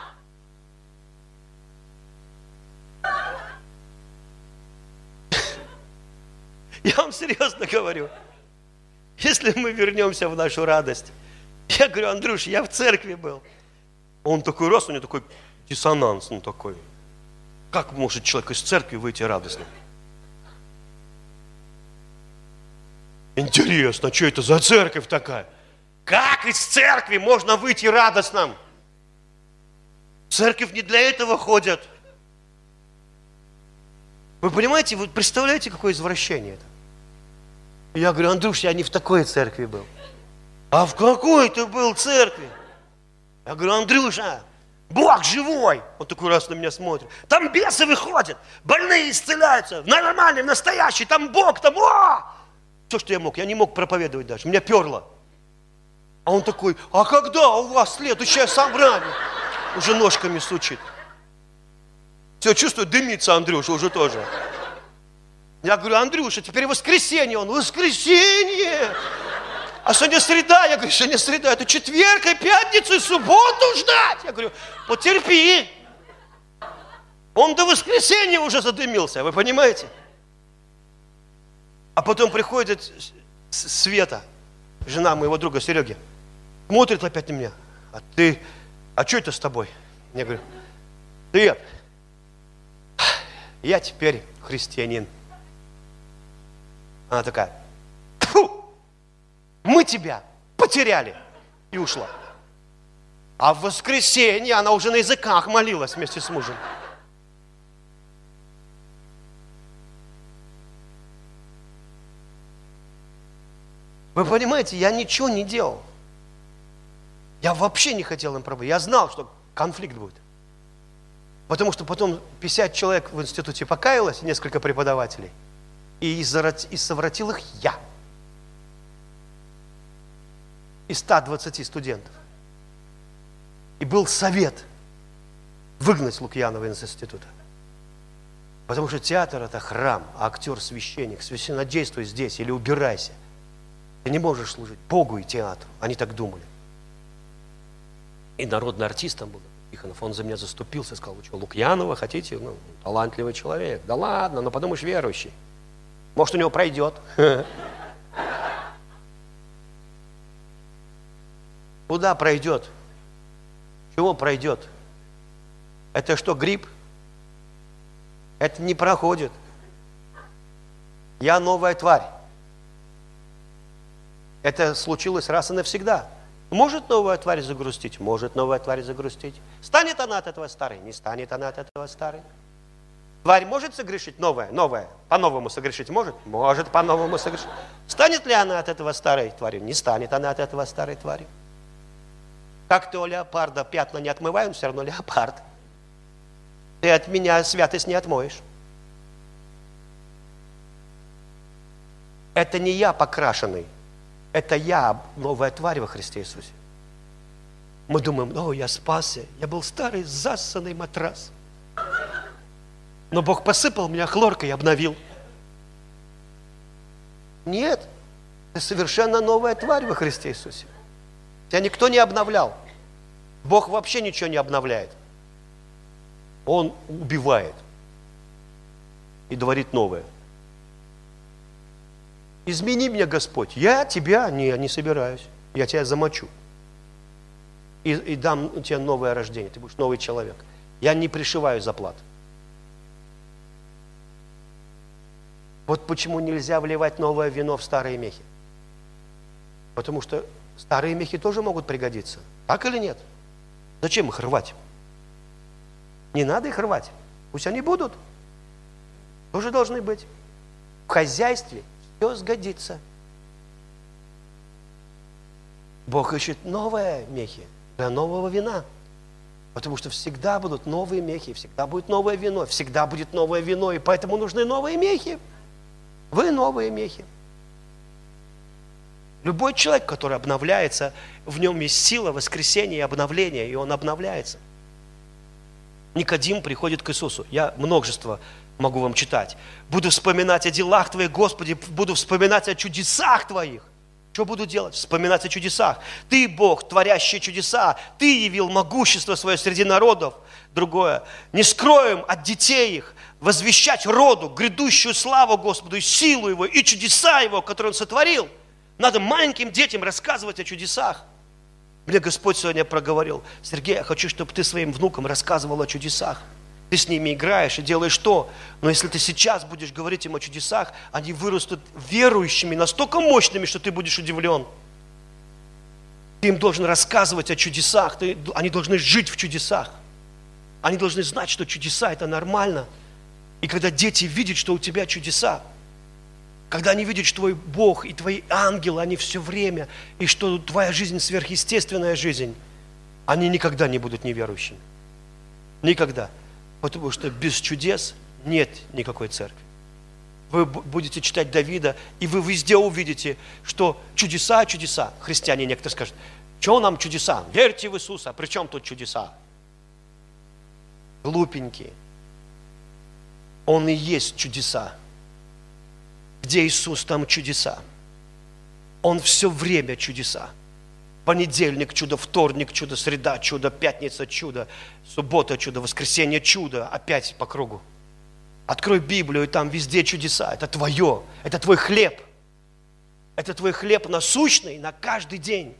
Я вам серьезно говорю. Если мы вернемся в нашу радость. Я говорю, Андрюш, я в церкви был. Он такой раз, у него такой диссонанс, ну такой. Как может человек из церкви выйти радостно? Интересно, что это за церковь такая? Как из церкви можно выйти радостным? В церковь не для этого ходят. Вы понимаете, вы представляете, какое извращение это? Я говорю, Андрюш, я не в такой церкви был. А в какой ты был церкви? Я говорю, Андрюша, Бог живой. Он такой раз на меня смотрит. Там бесы выходят, больные исцеляются. Нормальный, настоящий, там Бог, там, о! Все, что я мог, я не мог проповедовать даже, меня перло. А он такой, а когда у вас следующее собрание? Уже ножками сучит. Все, чувствую, дымится Андрюша уже тоже. Я говорю, Андрюша, теперь воскресенье. Он, воскресенье! А сегодня среда. Я говорю, сегодня среда. Это четверг, и пятницу, и субботу ждать. Я говорю, потерпи. Он до воскресенья уже задымился, вы понимаете? А потом приходит Света, жена моего друга Сереги, смотрит опять на меня. А ты, а что это с тобой? Я говорю, Свет, я теперь христианин. Она такая, фу, мы тебя потеряли. И ушла. А в воскресенье она уже на языках молилась вместе с мужем. Вы понимаете, я ничего не делал. Я вообще не хотел им пробовать. Я знал, что конфликт будет. Потому что потом пятьдесят человек в институте покаялось, несколько преподавателей, и совратил их я. Из ста двадцати студентов. И был совет выгнать Лукьянова из института. Потому что театр – это храм, а актер – священник. Священнодействуй здесь или убирайся. Ты не можешь служить Богу и театру. Они так думали. И народный артист там был, Тихонов, он за меня заступился, сказал, вы что, Лукьянова хотите? Ну, талантливый человек. Да ладно, ну подумаешь, верующий. Может, у него пройдет. Куда пройдет? Чего пройдет? Это что, грипп? Это не проходит. Я новая тварь. Это случилось раз и навсегда. Может новая тварь загрустить? Может новая тварь загрустить. Станет она от этого старой? Не станет она от этого старой. Тварь может согрешить? Новая, новая. По-новому согрешить может? Может по-новому согрешить. Станет ли она от этого старой тварью? Не станет она от этого старой тварью. Как ты у леопарда пятна не отмывай, он все равно леопард. Ты от меня святость не отмоешь. Это не я покрашенный. Это я, новая тварь во Христе Иисусе. Мы думаем, о, я спасся, я был старый зассанный матрас. Но Бог посыпал меня хлоркой и обновил. Нет, ты совершенно новая тварь во Христе Иисусе. Тебя никто не обновлял. Бог вообще ничего не обновляет. Он убивает и творит новое. Измени меня, Господь. Я тебя не, не собираюсь. Я тебя замочу. И, и дам тебе новое рождение. Ты будешь новый человек. Я не пришиваю заплат. Вот почему нельзя вливать новое вино в старые мехи. Потому что старые мехи тоже могут пригодиться. Так или нет? Зачем их рвать? Не надо их рвать. Пусть они будут. Тоже должны быть. В хозяйстве все сгодится. Бог ищет новые мехи для нового вина. Потому что всегда будут новые мехи, всегда будет новое вино, всегда будет новое вино, и поэтому нужны новые мехи. Вы новые мехи. Любой человек, который обновляется, в нем есть сила воскресения и обновления, и он обновляется. Никодим приходит к Иисусу. Я множество могу вам читать. Буду вспоминать о делах Твоих, Господи, буду вспоминать о чудесах Твоих. Что буду делать? Вспоминать о чудесах. Ты, Бог, творящий чудеса. Ты явил могущество свое среди народов. Другое. Не скроем от детей их возвещать роду грядущую славу Господу и силу Его, и чудеса Его, которые Он сотворил. Надо маленьким детям рассказывать о чудесах. Мне Господь сегодня проговорил: Сергей, я хочу, чтобы ты своим внукам рассказывал о чудесах. Ты с ними играешь и делаешь то. Но если ты сейчас будешь говорить им о чудесах, они вырастут верующими, настолько мощными, что ты будешь удивлен. Ты им должен рассказывать о чудесах. Ты, они должны жить в чудесах. Они должны знать, что чудеса – это нормально. И когда дети видят, что у тебя чудеса, когда они видят, что твой Бог и твои ангелы, они все время, и что твоя жизнь сверхъестественная жизнь, они никогда не будут неверующими. Никогда. Потому что без чудес нет никакой церкви. Вы будете читать Давида, и вы везде увидите, что чудеса, чудеса. Христиане некоторые скажут: что нам чудеса? Верьте в Иисуса, при чем тут чудеса? Глупенькие. Он и есть чудеса. Где Иисус, там чудеса. Он все время чудеса. Понедельник чудо, вторник чудо, среда чудо, пятница чудо, суббота чудо, воскресенье чудо, опять по кругу. Открой Библию, и там везде чудеса. Это твое, это твой хлеб. Это твой хлеб насущный на каждый день.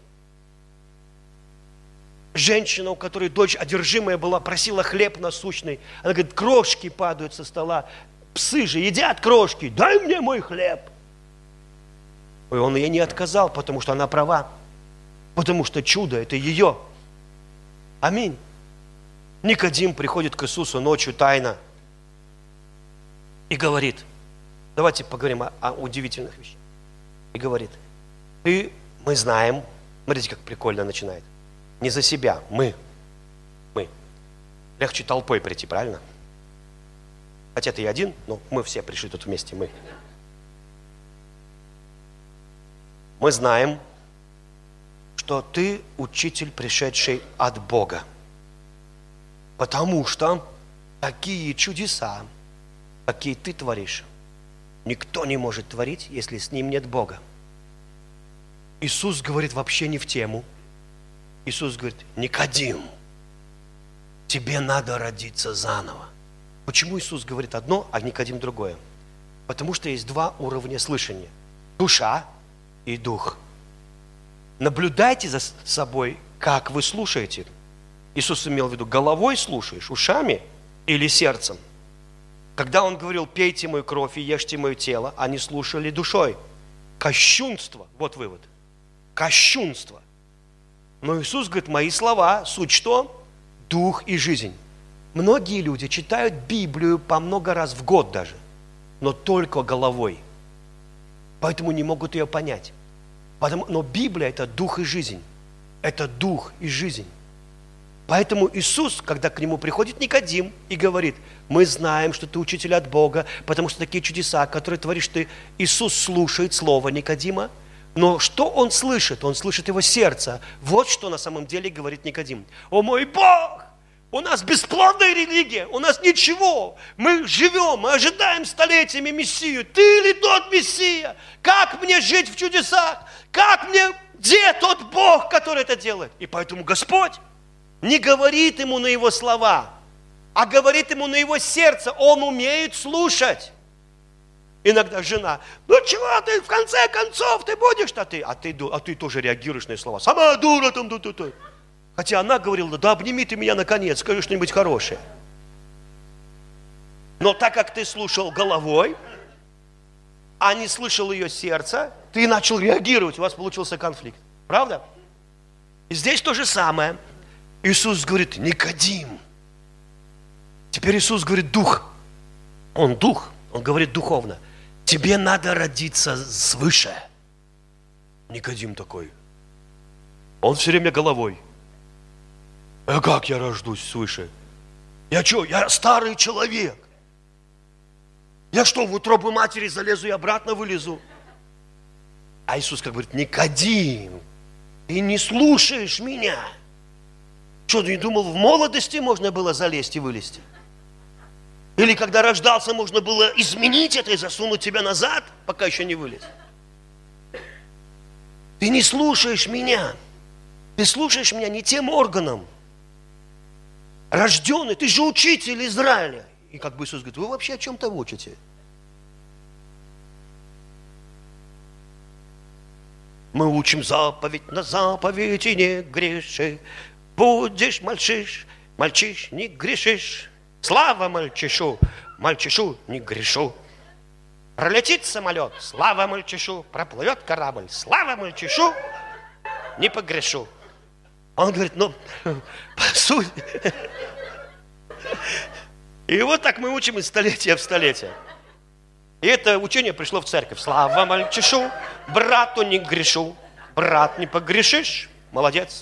Женщина, у которой дочь одержимая была, просила хлеб насущный. Она говорит: крошки падают со стола. Псы же едят крошки, дай мне мой хлеб. И он ей не отказал, потому что она права. Потому что чудо – это ее. Аминь. Никодим приходит к Иисусу ночью тайно и говорит, давайте поговорим о, о удивительных вещах. И говорит: ты, мы знаем, смотрите, как прикольно начинает. Не за себя, мы, мы. Легче толпой прийти, правильно? Хотя ты и один, но мы все пришли тут вместе, мы. Мы знаем, что ты учитель, пришедший от Бога. Потому что такие чудеса, какие ты творишь, никто не может творить, если с ним нет Бога. Иисус говорит вообще не в тему. Иисус говорит: Никодим, тебе надо родиться заново. Почему Иисус говорит одно, а Никодим другое? Потому что есть два уровня слышания. Душа и дух. Наблюдайте за собой, как вы слушаете. Иисус имел в виду: головой слушаешь, ушами или сердцем? Когда Он говорил: пейте мою кровь и ешьте мое тело, они слушали душой. Кощунство, вот вывод. Кощунство. Но Иисус говорит, мои слова, суть что? Дух и жизнь. Многие люди читают Библию по много раз в год даже, но только головой. Поэтому не могут ее понять. Потому, но Библия – это дух и жизнь. Это дух и жизнь. Поэтому Иисус, когда к нему приходит Никодим и говорит, мы знаем, что ты учитель от Бога, потому что такие чудеса, которые творишь ты, Иисус слушает слово Никодима, но что он слышит? Он слышит его сердце. Вот что на самом деле говорит Никодим. О мой Бог! У нас бесплодная религия, у нас ничего. Мы живем, мы ожидаем столетиями Мессию. Ты ли тот Мессия? Как мне жить в чудесах? Как мне, где тот Бог, который это делает? И поэтому Господь не говорит ему на его слова, а говорит ему на его сердце. Он умеет слушать. Иногда жена, ну чего ты в конце концов, ты будешь-то ты? А ты, а ты тоже реагируешь на слова. Сама дура там, тут, тут, тут. Хотя она говорила, да обними ты меня наконец, скажи что-нибудь хорошее. Но так как ты слушал головой, а не слышал ее сердце, ты начал реагировать, у вас получился конфликт. Правда? И здесь то же самое. Иисус говорит, Никодим. Теперь Иисус говорит, дух. Он дух, он говорит духовно. Тебе надо родиться свыше. Никодим такой. Он все время головой. А как я рождусь свыше? Я что, я старый человек. Я что, в утробу матери залезу и обратно вылезу? А Иисус как говорит, Никодим, ты не слушаешь меня. Что, ты не думал, в молодости можно было залезть и вылезти? Или когда рождался, можно было изменить это и засунуть тебя назад, пока еще не вылез? Ты не слушаешь меня. Ты слушаешь меня не тем органом. Рожденный, ты же учитель Израиля. И как бы Иисус говорит, вы вообще о чем-то учите? Мы учим заповедь на заповедь и не греши. Будешь мальчиш, мальчиш, не грешишь. Слава мальчишу, мальчишу, не грешу. Пролетит самолет, слава мальчишу. Проплывет корабль, слава мальчишу, не погрешу. Он говорит, ну, по сути. И вот так мы учим из столетия в столетие. И это учение пришло в церковь. Слава мальчишу, брату не грешу. Брат, не погрешишь, молодец.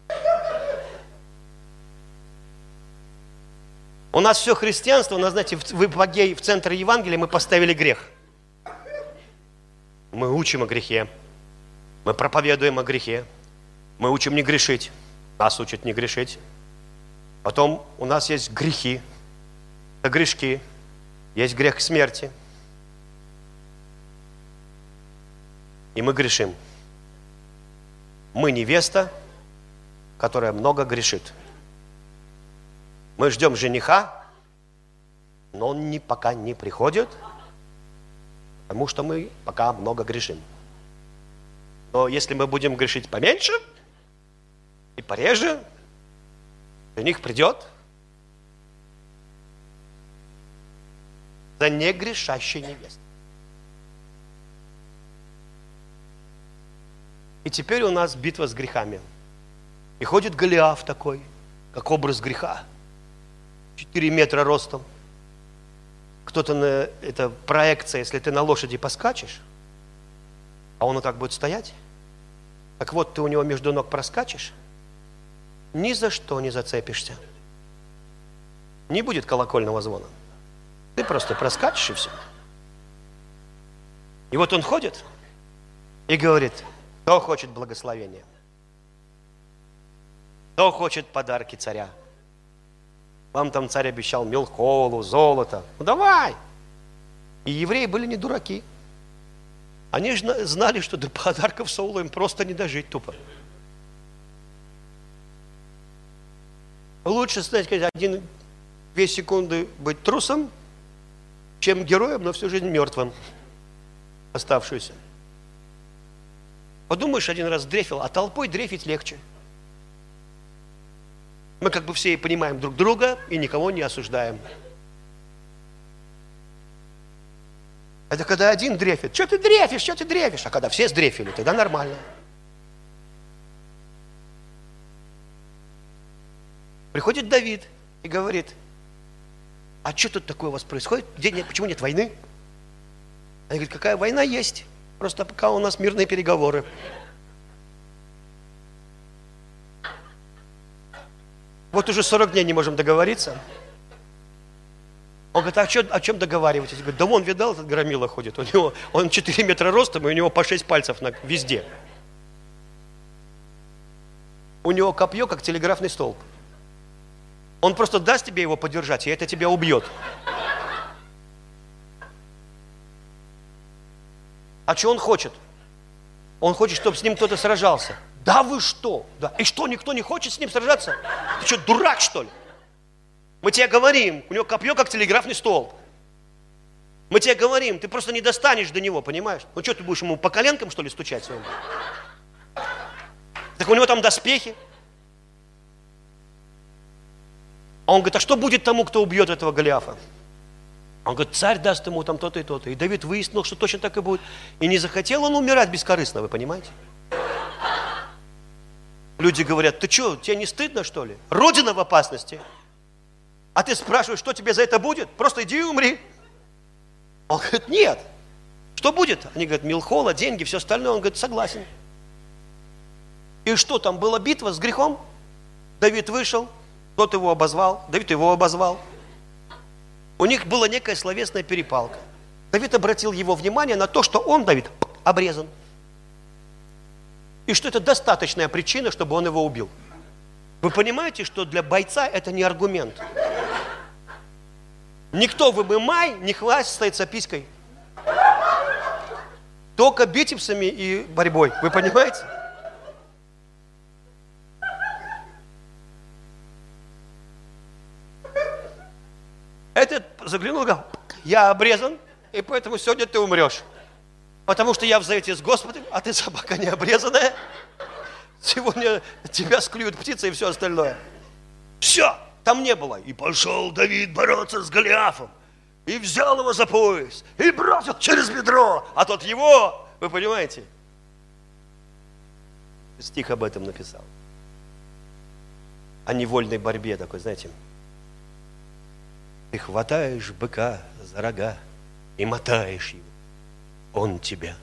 У нас все христианство, у нас, знаете, в эпогее, в центре Евангелия мы поставили грех. Мы учим о грехе, мы проповедуем о грехе, мы учим не грешить, нас учат не грешить. Потом у нас есть грехи, это грешки, есть грех смерти. И мы грешим. Мы невеста, которая много грешит. Мы ждем жениха, но он не, пока не приходит, потому что мы пока много грешим. Но если мы будем грешить поменьше и пореже, жених придет за негрешащей невестой. И теперь у нас битва с грехами. И ходит Голиаф такой, как образ греха. Четыре метра ростом. Кто-то на это проекция, если ты на лошади поскачешь, а он вот так будет стоять. Так вот, ты у него между ног проскачешь, ни за что не зацепишься. Не будет колокольного звона. Ты просто проскачешь и все. И вот он ходит и говорит, кто хочет благословения? Кто хочет подарки царя? Вам там царь обещал мелколу, золото. Ну давай! И евреи были не дураки. Они же знали, что до подарков Саулу им просто не дожить тупо. Лучше, знаете, один-две секунды быть трусом, чем героем, но всю жизнь мертвым оставшуюся. Подумаешь, один раз дрефил, а толпой дрефить легче. Мы как бы все и понимаем друг друга и никого не осуждаем. Это когда один дрефит. Что ты дрефишь, что ты дрефишь? А когда все сдрефили, тогда нормально. Приходит Давид и говорит: а что тут такое у вас происходит? Где нет, почему нет войны? Они говорят: какая война есть? Просто пока у нас мирные переговоры. Вот уже сорок дней не можем договориться. Он говорит: а чё, о чем договариваетесь? Говорит: да вон, видал, этот громила ходит. У него, он четыре метра ростом, и у него по шесть пальцев на, везде. У него копье, как телеграфный столб. Он просто даст тебе его подержать, и это тебя убьет. А что он хочет? Он хочет, чтобы с ним кто-то сражался. Да вы что? Да. И что, никто не хочет с ним сражаться? Ты что, дурак, что ли? Мы тебе говорим, у него копье, как телеграфный столб. Мы тебе говорим, ты просто не достанешь до него, понимаешь? Ну что, ты будешь ему по коленкам, что ли, стучать своим? Так у него там доспехи. А он говорит: а что будет тому, кто убьет этого Голиафа? Он говорит: царь даст ему там то-то и то-то. И Давид выяснил, что точно так и будет. И не захотел он умирать бескорыстно, вы понимаете? Люди говорят: ты что, тебе не стыдно, что ли? Родина в опасности. А ты спрашиваешь, что тебе за это будет? Просто иди и умри. Он говорит: нет. Что будет? Они говорят: Милхола, деньги, все остальное. Он говорит: согласен. И что, там была битва с грехом? Давид вышел, тот его обозвал, Давид его обозвал. У них была некая словесная перепалка. Давид обратил его внимание на то, что он, Давид, обрезан. И что это достаточная причина, чтобы он его убил. Вы понимаете, что для бойца это не аргумент. Никто в ММА не хвастается писькой. Только бицепсами и борьбой. Вы понимаете? Этот заглянул и говорил: я обрезан, и поэтому сегодня ты умрешь. Потому что я в завете с Господом, а ты собака не обрезанная. Сегодня тебя склюют птицы и все остальное. Все, там не было. И пошел Давид бороться с Голиафом. И взял его за пояс. И бросил через бедро. А тот его, вы понимаете? Стих об этом написал. О невольной борьбе такой, знаете. Ты хватаешь быка за рога и мотаешь его. Он тебя.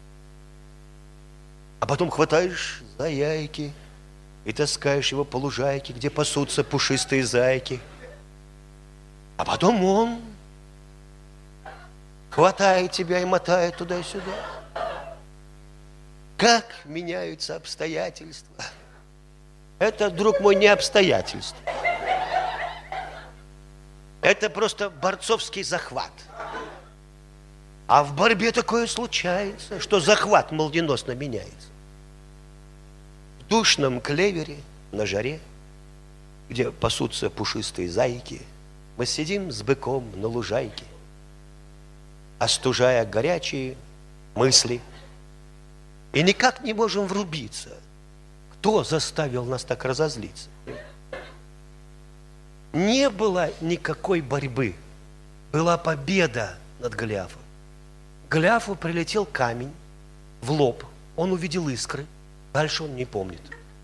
А потом хватаешь за яйки и таскаешь его по лужайке, где пасутся пушистые зайки. А потом он хватает тебя и мотает туда и сюда. Как меняются обстоятельства. Это, друг мой, не обстоятельства. Это просто борцовский захват. А в борьбе такое случается, что захват молниеносно меняется. В душном клевере на жаре, где пасутся пушистые зайки, мы сидим с быком на лужайке, остужая горячие мысли, и никак не можем врубиться, кто заставил нас так разозлиться. Не было никакой борьбы, была победа над Голиафом. Голиафу прилетел камень в лоб, он увидел искры, дальше он не помнит.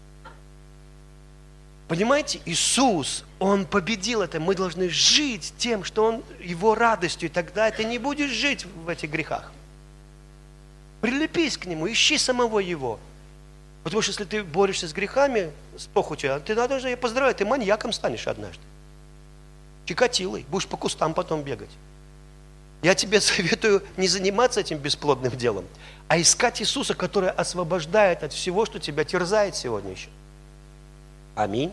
Понимаете, Иисус, Он победил это, мы должны жить тем, что Он, Его радостью, и тогда ты не будешь жить в этих грехах. Прилепись к Нему, ищи самого Его. Потому что если ты борешься с грехами, с похотью, ты надо же, я поздравляю, ты маньяком станешь однажды. Чикатилой, будешь по кустам потом бегать. Я тебе советую не заниматься этим бесплодным делом, а искать Иисуса, который освобождает от всего, что тебя терзает сегодня еще. Аминь.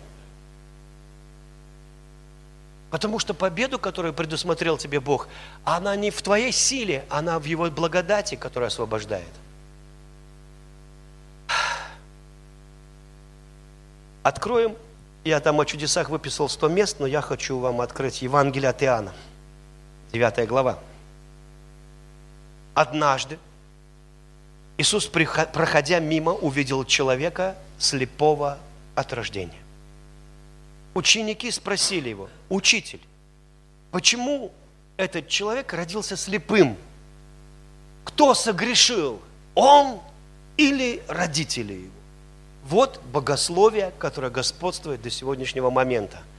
Потому что победу, которую предусмотрел тебе Бог, она не в твоей силе, она в Его благодати, которая освобождает. Откроем. Я там о чудесах выписал сто мест, но я хочу вам открыть Евангелие от Иоанна, девятая глава. Однажды Иисус, проходя мимо, увидел человека слепого от рождения. Ученики спросили его: учитель, почему этот человек родился слепым? Кто согрешил, он или родители его? Вот богословие, которое господствует до сегодняшнего момента.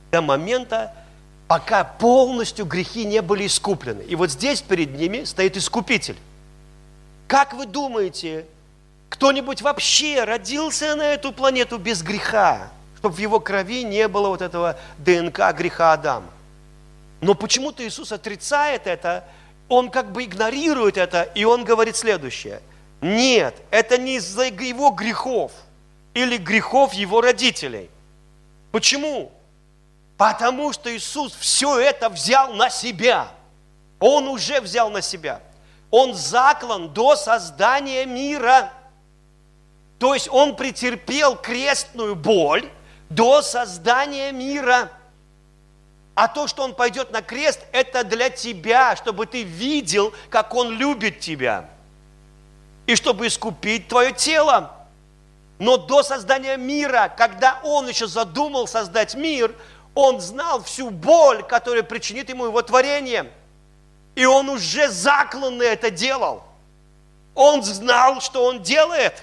до момента, пока полностью грехи не были искуплены. И вот здесь перед ними стоит Искупитель. Как вы думаете, кто-нибудь вообще родился на эту планету без греха, чтобы в его крови не было вот этого ДНК греха Адама? Но почему-то Иисус отрицает это, Он как бы игнорирует это, и Он говорит следующее. Нет, это не из-за его грехов или грехов его родителей. Почему? Потому что Иисус все это взял на себя. Он уже взял на себя. Он заклан до создания мира. То есть Он претерпел крестную боль до создания мира. А то, что Он пойдет на крест, это для тебя, чтобы ты видел, как Он любит тебя. И чтобы искупить твое тело. Но до создания мира, когда Он еще задумал создать мир, Он знал всю боль, которая причинит Ему Его творение. И Он уже закланно это делал. Он знал, что Он делает.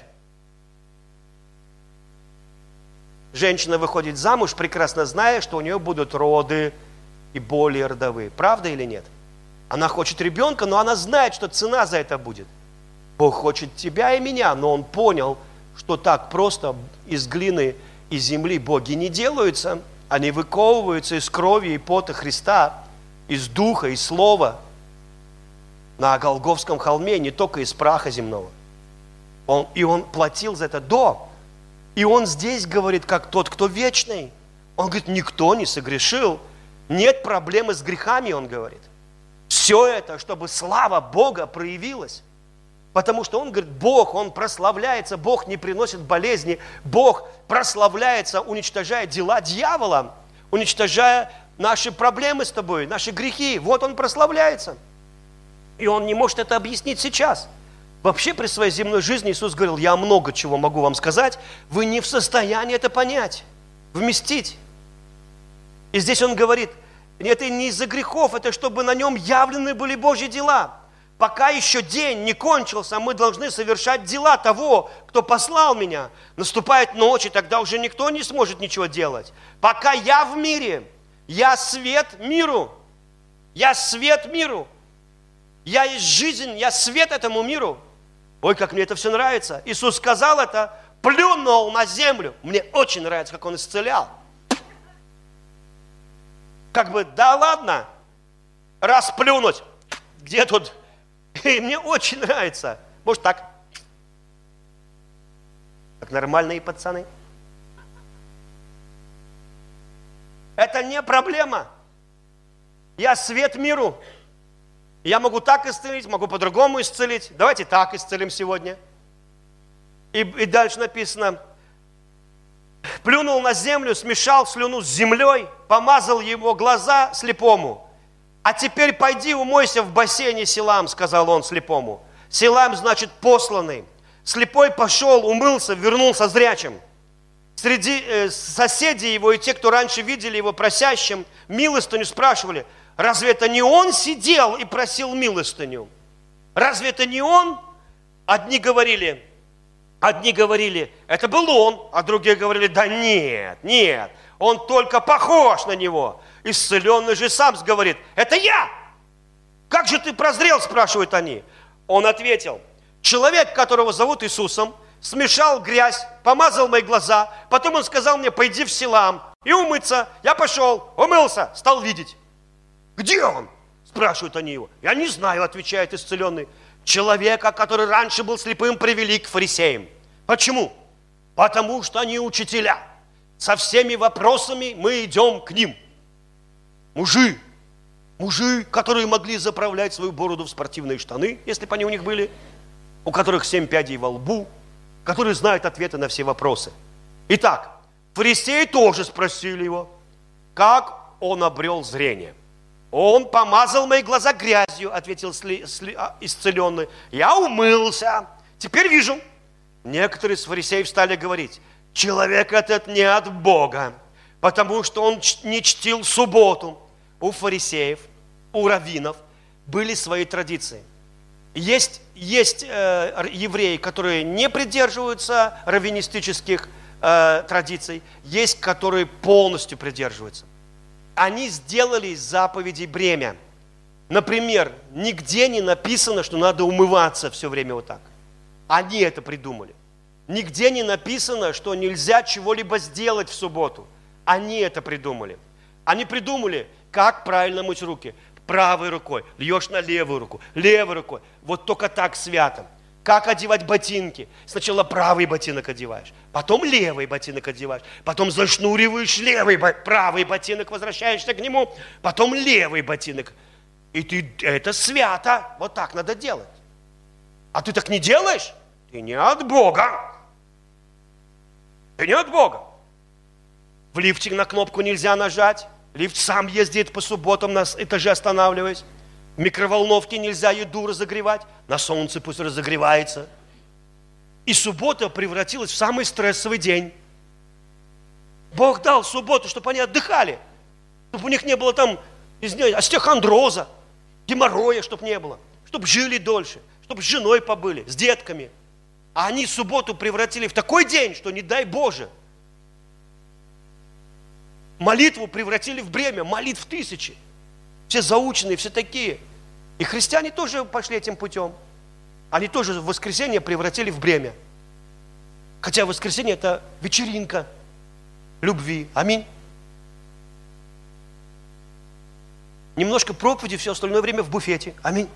Женщина выходит замуж, прекрасно зная, что у нее будут роды и боли родовые. Правда или нет? Она хочет ребенка, но она знает, что цена за это будет. Бог хочет тебя и меня, но Он понял, что так просто из глины и земли боги не делаются. Они выковываются из крови и пота Христа, из духа и слова на Голгофском холме, не только из праха земного. Он, и Он платил за это до. И Он здесь говорит, как тот, кто вечный. Он говорит, никто не согрешил. Нет проблемы с грехами, Он говорит. Все это, чтобы слава Бога проявилась. Потому что Он говорит, Бог, Он прославляется, Бог не приносит болезни, Бог прославляется, уничтожая дела дьявола, уничтожая наши проблемы с тобой, наши грехи. Вот Он прославляется. И Он не может это объяснить сейчас. Вообще при своей земной жизни Иисус говорил, я много чего могу вам сказать, вы не в состоянии это понять, вместить. И здесь Он говорит, это не из-за грехов, это чтобы на Нем явлены были Божьи дела. Пока еще день не кончился, мы должны совершать дела того, кто послал меня. Наступает ночь, и тогда уже никто не сможет ничего делать. Пока я в мире, я свет миру. Я свет миру. Я есть жизнь, я свет этому миру. Ой, как мне это все нравится. Иисус сказал это, плюнул на землю. Мне очень нравится, как Он исцелял. Как бы, да ладно, расплюнуть. Где тут? И мне очень нравится. Может так? Как нормальные пацаны. Это не проблема. Я свет миру. Я могу так исцелить, могу по-другому исцелить. Давайте так исцелим сегодня. И, и дальше написано, плюнул на землю, смешал слюну с землей, помазал его глаза слепому. А теперь пойди умойся в бассейне Силам, сказал он слепому. Силам значит посланный. Слепой пошел, умылся, вернулся зрячим. Среди э, соседей его и те, кто раньше видели его просящим, милостыню спрашивали, разве это не он сидел и просил милостыню? Разве это не он? Одни говорили, одни говорили, это был он, а другие говорили, да нет, нет, он только похож на него. Исцеленный же сам говорит, это я. Как же ты прозрел, спрашивают они. Он ответил, человек, которого зовут Иисусом, смешал грязь, помазал мои глаза, потом он сказал мне, пойди в Силам и умыться. Я пошел, умылся, стал видеть. Где он? Спрашивают они его. Я не знаю, отвечает исцеленный. Человека, который раньше был слепым, привели к фарисеям. Почему? Потому что они учителя. Со всеми вопросами мы идем к ним. Мужи, мужи, которые могли заправлять свою бороду в спортивные штаны, если бы они у них были, у которых семь пядей во лбу, которые знают ответы на все вопросы. Итак, фарисеи тоже спросили его, как он обрел зрение. Он помазал мои глаза грязью, ответил сли, сли, исцеленный. Я умылся, теперь вижу. Некоторые из фарисеев стали говорить, человек этот не от Бога, потому что он не чтил субботу. У фарисеев, у раввинов были свои традиции. Есть, есть э, евреи, которые не придерживаются раввинистических э, традиций, есть, которые полностью придерживаются. они сделали из заповедей бремя. Например, нигде не написано, что надо умываться все время вот так. Они это придумали. Нигде не написано, что нельзя чего-либо сделать в субботу. Они это придумали. Они придумали, как правильно мыть руки. Правой рукой, льешь на левую руку, левой рукой. Вот только так свято. Как одевать ботинки? Сначала правый ботинок одеваешь, потом левый ботинок одеваешь, потом зашнуриваешь левый, правый ботинок, возвращаешься к нему, потом левый ботинок. И ты, это свято, вот так надо делать. А ты так не делаешь? Ты не от Бога. Ты не от Бога. В лифте на кнопку нельзя нажать. Лифт сам ездит по субботам, на этаже останавливаясь. В микроволновке нельзя еду разогревать. На солнце пусть разогревается. И суббота превратилась в самый стрессовый день. Бог дал субботу, чтобы они отдыхали. Чтобы у них не было там остеохондроза, геморроя, чтобы не было. Чтобы жили дольше. Чтобы с женой побыли, с детками. А они субботу превратили в такой день, что не дай Боже. Молитву превратили в бремя, молитв тысячи. Все заученные, все такие. И христиане тоже пошли этим путем. Они тоже в воскресенье превратили в бремя. Хотя воскресенье это вечеринка любви. Аминь. Немножко проповеди, все остальное время в буфете. Аминь.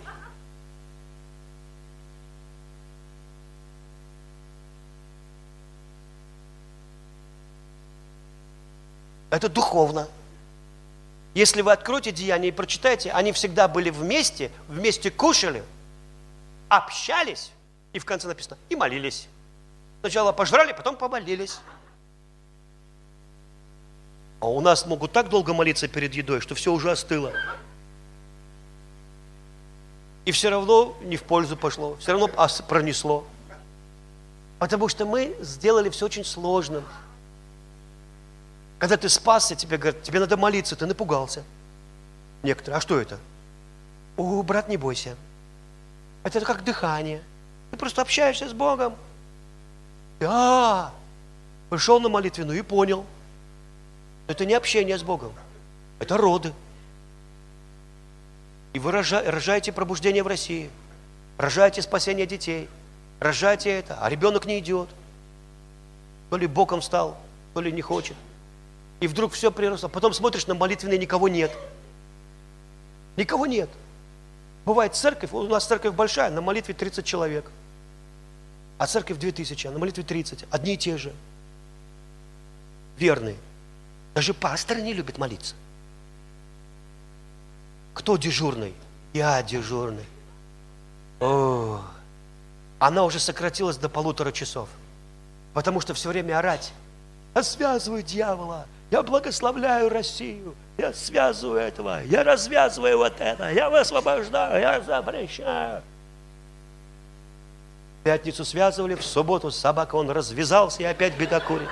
Это духовно. Если вы откроете Деяния и прочитаете, они всегда были вместе, вместе кушали, общались, и в конце написано, и молились. Сначала пожрали, потом помолились. А у нас могут так долго молиться перед едой, что все уже остыло. И все равно не в пользу пошло, все равно пронесло. Потому что мы сделали все очень сложным. Когда ты спасся, тебе говорят, тебе надо молиться, ты напугался. Некоторые, а что это? О, брат, не бойся. Это как дыхание. Ты просто общаешься с Богом. Да, пришел на молитвенную и понял. Это не общение с Богом. Это роды. И вы рожаете пробуждение в России. Рожаете спасение детей. Рожаете это, а ребенок не идет. То ли боком стал, то ли не хочет. И вдруг все приросло. Потом смотришь на молитвенные, никого нет. Никого нет. Бывает церковь, у нас церковь большая, на молитве тридцать человек. А церковь две тысячи, а на молитве тридцать. Одни и те же. Верные. Даже пастор не любит молиться. Кто дежурный? Я дежурный. О, она уже сократилась до полутора часов. Потому что все время орать. Я связываю дьявола. Я благословляю Россию, я связываю этого, я развязываю вот это, я высвобождаю, я запрещаю. В пятницу связывали, в субботу собака, он развязался и опять бедокурит.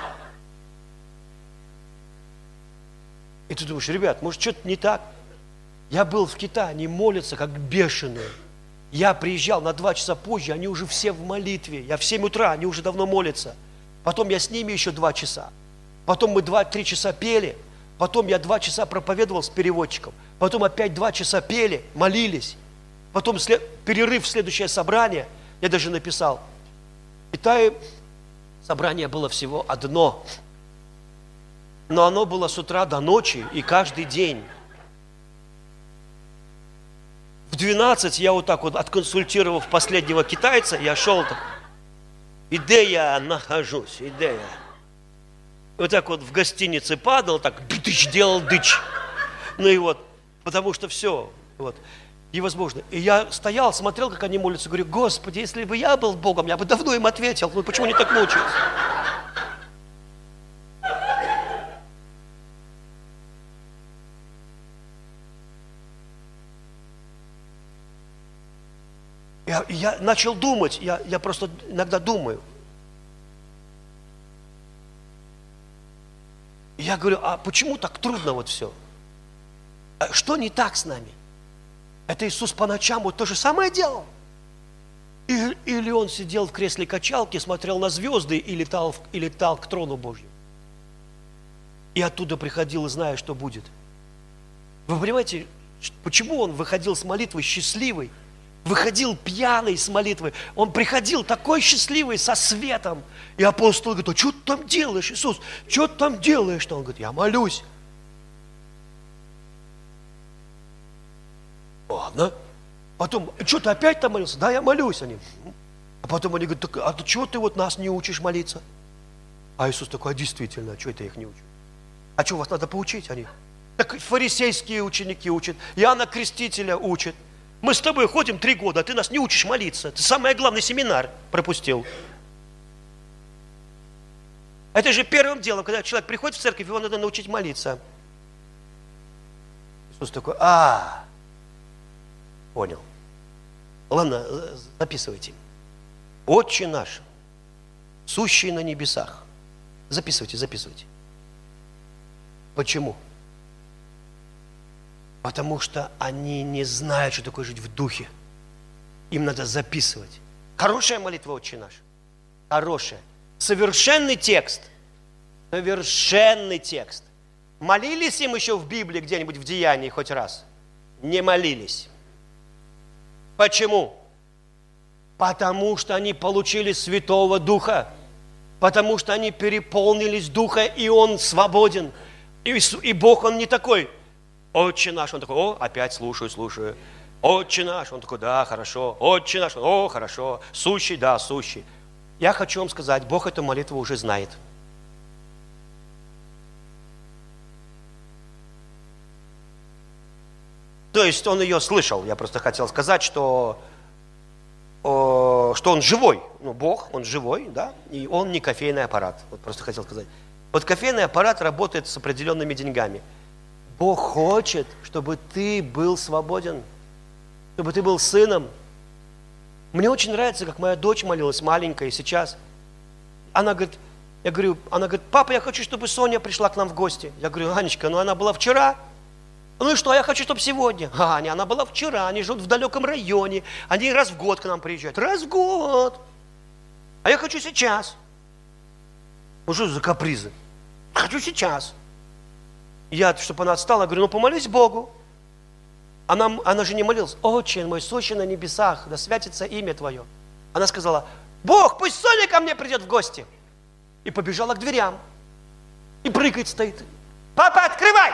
И ты думаешь, ребят, может что-то не так? Я был в Китае, они молятся как бешеные. Я приезжал на два часа позже, они уже все в молитве. Я в семь утра, они уже давно молятся. Потом я с ними еще два часа. Потом мы два-три часа пели, потом я два часа проповедовал с переводчиком, потом опять два часа пели, молились, потом след... перерыв в следующее собрание, я даже написал. В Китае собрание было всего одно, но оно было с утра до ночи и каждый день. В двенадцать я вот так вот, отконсультировав последнего китайца, я шел так, и где я нахожусь, и где я? Вот так вот в гостинице падал, так дыч, делал дыч. Ну и вот, потому что все, вот, невозможно. И я стоял, смотрел, как они молятся, говорю, Господи, если бы я был Богом, я бы давно им ответил, ну почему они так мучаются? Я, я начал думать, я, я просто иногда думаю. Я говорю, а почему так трудно вот все? Что не так с нами? Это Иисус по ночам вот то же самое делал? Или, или Он сидел в кресле качалки, смотрел на звезды и летал, и летал к трону Божьему? И оттуда приходил, зная, что будет. Вы понимаете, почему он выходил с молитвы счастливый? Выходил пьяный с молитвы. Он приходил такой счастливый, со светом. И апостол говорит: а что ты там делаешь, Иисус? Что ты там делаешь? Он говорит: я молюсь. Ладно. Потом: что ты опять там молился? Да, я молюсь. Они. А потом они говорят: так, а ты чего ты вот нас не учишь молиться? А Иисус такой: а действительно, а что это я их не учу? А что, вас надо поучить? Они: так фарисейские ученики учат, Иоанна Крестителя учат. Мы с тобой ходим три года, а ты нас не учишь молиться. Ты самый главный семинар пропустил. Это же первым делом, когда человек приходит в церковь, его надо научить молиться. Иисус такой: а, понял. Ладно, записывайте. Отче наш, сущий на небесах. Записывайте, записывайте. Почему? Потому что они не знают, что такое жить в духе. Им надо записывать. Хорошая молитва «Отче наш». Хорошая. Совершенный текст. Совершенный текст. Молились им еще в Библии где-нибудь в Деянии хоть раз? Не молились. Почему? Потому что они получили Святого Духа. Потому что они переполнились Духа, и Он свободен. И, и Бог, Он не такой: Отче наш, Он такой: о, опять слушаю, слушаю. Отче наш, Он такой: да, хорошо. Отче наш, о, хорошо. Сущий, да, сущий. Я хочу вам сказать, Бог эту молитву уже знает. То есть Он ее слышал. Я просто хотел сказать, что, о, что Он живой. Ну, Бог, Он живой, да, и Он не кофейный аппарат. Вот просто хотел сказать. Вот кофейный аппарат работает с определенными деньгами. Бог хочет, чтобы ты был свободен, чтобы ты был сыном. Мне очень нравится, как моя дочь молилась, маленькая, сейчас. Она говорит, я говорю, она говорит: папа, я хочу, чтобы Соня пришла к нам в гости. Я говорю: Анечка, ну она была вчера. Ну и что, я хочу, чтобы сегодня. Аня, она была вчера, они живут в далеком районе, они раз в год к нам приезжают. Раз в год. А я хочу сейчас. Ну что за капризы? Хочу сейчас. Я, чтобы она отстала, говорю: ну помолись Богу. Она, она же не молилась: Отче мой, сущий на небесах, да святится имя Твое. Она сказала: Бог, пусть Соня ко мне придет в гости. И побежала к дверям. И прыгает, стоит. Папа, открывай!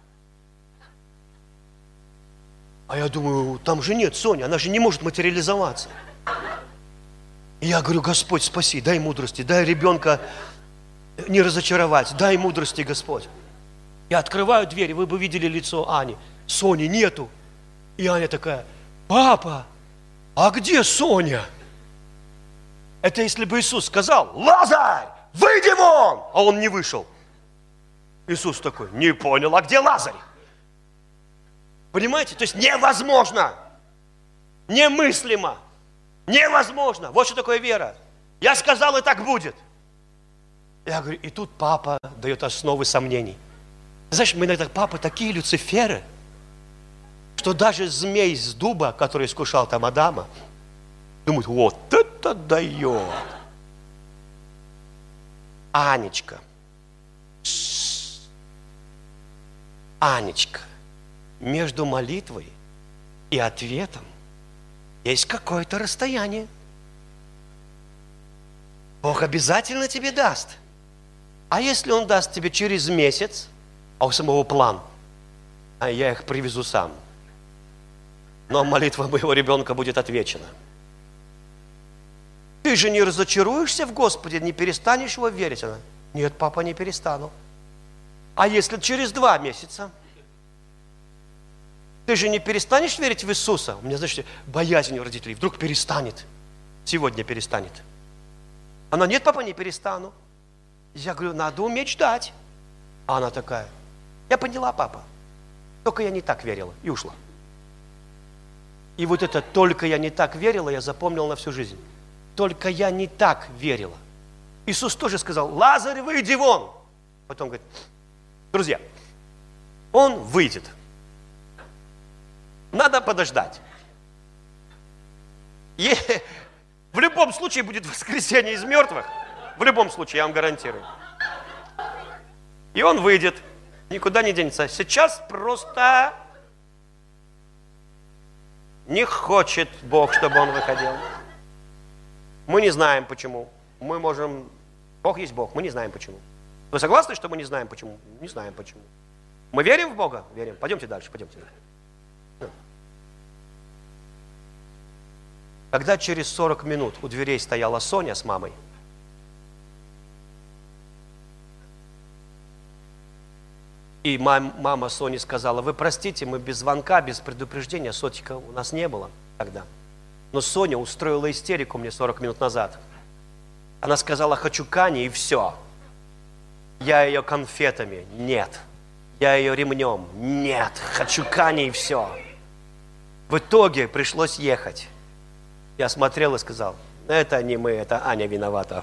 А я думаю, там же нет Сони, она же не может материализоваться. И я говорю: Господь, спаси, дай мудрости, дай ребенка не разочаровать, дай мудрости, Господь. Я открываю дверь, и вы бы видели лицо Ани. Сони нету. И Аня такая: папа, а где Соня? Это если бы Иисус сказал: Лазарь, выйди вон! А он не вышел. Иисус такой: не понял, а где Лазарь? Понимаете? То есть невозможно. Немыслимо. Невозможно. Вот что такое вера. Я сказал, и так будет. Я говорю, и тут папа дает основы сомнений. Знаешь, мы иногда, папа, такие люциферы, что даже змей с дуба, который искушал там Адама, думает: вот это дает. Анечка. Анечка. Между молитвой и ответом есть какое-то расстояние. Бог обязательно тебе даст. А если Он даст тебе через месяц, а у самого план, а я их привезу сам, но молитва моего ребенка будет отвечена. Ты же не разочаруешься в Господе, не перестанешь Его верить? Она: нет, папа, не перестану. А если через два месяца? Ты же не перестанешь верить в Иисуса? У меня, значит, боязнь у родителей. Вдруг перестанет. Сегодня перестанет. Она: нет, папа, не перестану. Я говорю: надо уметь ждать. А она такая: я поняла, папа. Только я не так верила. И ушла. И вот это «только я не так верила» я запомнил на всю жизнь. Только я не так верила. Иисус тоже сказал: Лазарь, выйди вон. Потом говорит: друзья, он выйдет. Надо подождать. И в любом случае будет воскресение из мертвых. В любом случае, я вам гарантирую. И он выйдет. Никуда не денется. Сейчас просто не хочет Бог, чтобы он выходил. Мы не знаем почему. Мы можем... Бог есть Бог, мы не знаем почему. Вы согласны, что мы не знаем почему? Не знаем почему. Мы верим в Бога? Верим. Пойдемте дальше, пойдемте дальше. Когда через сорок минут у дверей стояла Соня с мамой, и мам, мама Сони сказала: вы простите, мы без звонка, без предупреждения, сотика у нас не было тогда. Но Соня устроила истерику мне сорок минут назад. Она сказала: хочу Кани, и все. Я ее конфетами. Нет. Я ее ремнем. Нет. Хочу Кани, и все. В итоге пришлось ехать. Я смотрел и сказал: это не мы, это Аня виновата.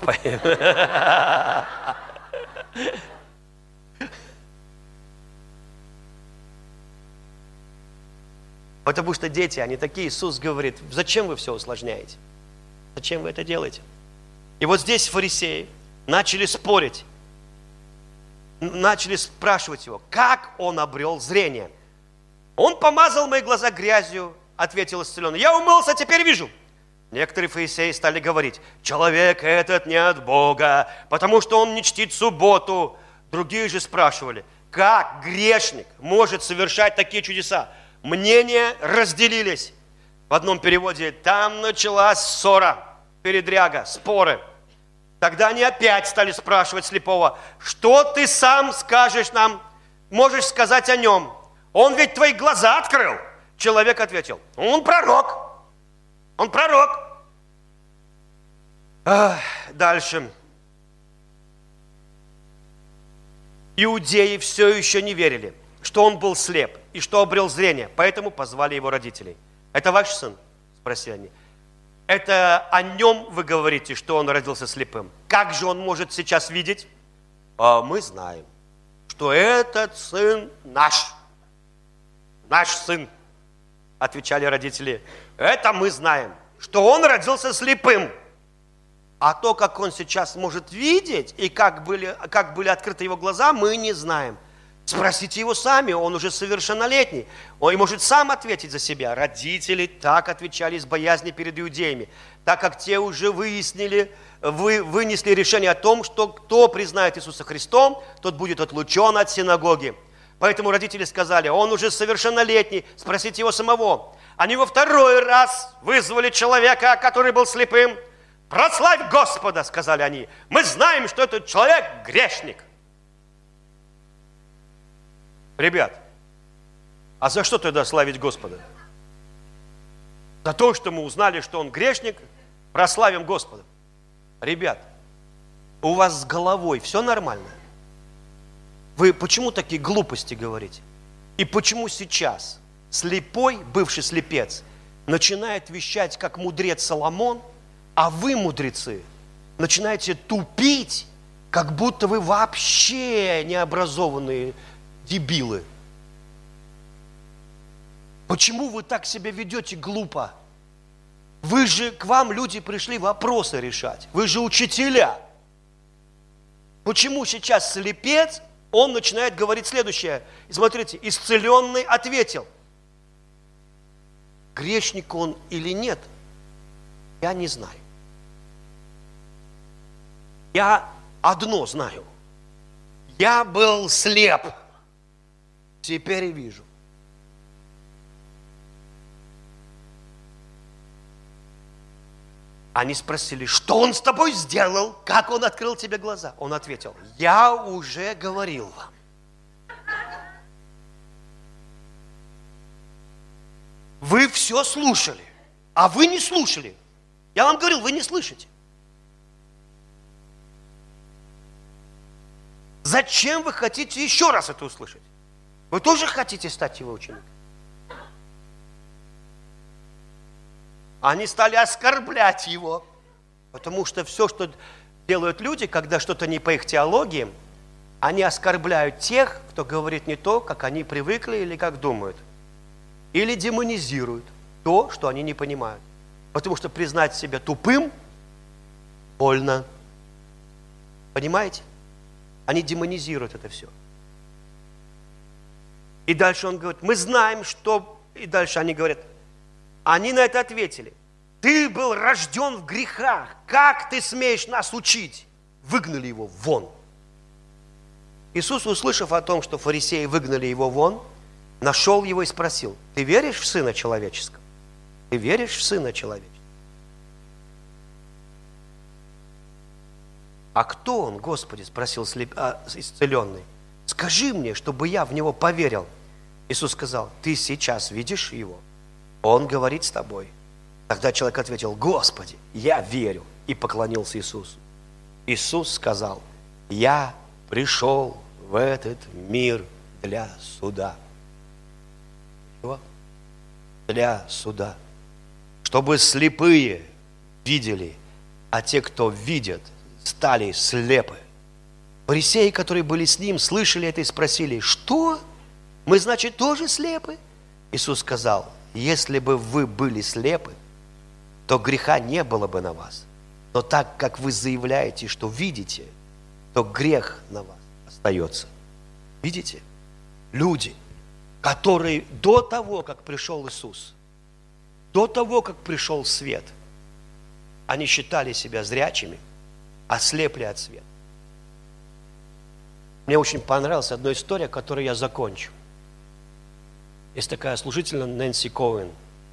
Потому что дети, они такие, Иисус говорит: зачем вы все усложняете? Зачем вы это делаете? И вот здесь фарисеи начали спорить, начали спрашивать его, как он обрел зрение. Он помазал мои глаза грязью, ответил исцеленный. Я умылся, теперь вижу. Некоторые фарисеи стали говорить: человек этот не от Бога, потому что он не чтит субботу. Другие же спрашивали: как грешник может совершать такие чудеса? Мнения разделились. В одном переводе: там началась ссора, передряга, споры. Тогда они опять стали спрашивать слепого: что ты сам скажешь нам, можешь сказать о нем? Он ведь твои глаза открыл. Человек ответил: он пророк. Он пророк. Ах, дальше. Иудеи все еще не верили, что он был слеп и что обрел зрение, поэтому позвали его родителей. Это ваш сын? Спросили они. Это о нем вы говорите, что он родился слепым. Как же он может сейчас видеть? А мы знаем, что этот сын наш. Наш сын, отвечали родители. Это мы знаем, что он родился слепым. А то, как он сейчас может видеть и как были, как были открыты его глаза, мы не знаем. Спросите его сами, он уже совершеннолетний. Он может сам ответить за себя. Родители так отвечали из боязни перед иудеями, так как те уже выяснили, вы, вынесли решение о том, что кто признает Иисуса Христом, тот будет отлучен от синагоги. Поэтому родители сказали: он уже совершеннолетний, спросите его самого. Они во второй раз вызвали человека, который был слепым. «Прославь Господа», сказали они. «Мы знаем, что этот человек грешник». Ребят, а за что тогда славить Господа? За то, что мы узнали, что он грешник, прославим Господа. Ребят, у вас с головой все нормально? Вы почему такие глупости говорите? И почему сейчас слепой, бывший слепец, начинает вещать, как мудрец Соломон, а вы, мудрецы, начинаете тупить, как будто вы вообще необразованные дебилы? Почему вы так себя ведете глупо? Вы же, к вам люди пришли вопросы решать. Вы же учителя. Почему сейчас слепец, он начинает говорить следующее? И смотрите, исцеленный ответил: грешник он или нет, я не знаю. Я одно знаю. Я был слеп. Теперь вижу. Они спросили: что он с тобой сделал? Как он открыл тебе глаза? Он ответил: я уже говорил вам. Вы все слушали, а вы не слушали. Я вам говорил, вы не слышите. Зачем вы хотите еще раз это услышать? Вы тоже хотите стать его учеником? Они стали оскорблять его, потому что все, что делают люди, когда что-то не по их теологии, они оскорбляют тех, кто говорит не то, как они привыкли или как думают. Или демонизируют то, что они не понимают. Потому что признать себя тупым больно. Понимаете? Они демонизируют это все. И дальше он говорит, мы знаем, что... И дальше они говорят, они на это ответили. Ты был рожден в грехах. Как ты смеешь нас учить? Выгнали его вон. Иисус, услышав о том, что фарисеи выгнали его вон, нашел его и спросил, ты веришь в Сына Человеческого? Ты веришь в Сына Человеческого? А кто он, Господи? Спросил слеп... а, исцеленный. Скажи мне, чтобы я в него поверил. Иисус сказал, ты сейчас видишь его? Он говорит с тобой. Тогда человек ответил, Господи, я верю. И поклонился Иисусу. Иисус сказал, я пришел в этот мир для суда. Чего? Для суда. Чтобы слепые видели, а те, кто видят, стали слепы. Фарисеи, которые были с ним, слышали это и спросили, что? Мы, значит, тоже слепы? Иисус сказал, если бы вы были слепы, то греха не было бы на вас. Но так как вы заявляете, что видите, то грех на вас остается. Видите? Люди, которые до того, как пришел Иисус, до того, как пришел свет, они считали себя зрячими, ослепли от света. Мне очень понравилась одна история, которую я закончу. Есть такая служительница Нэнси Коуэн.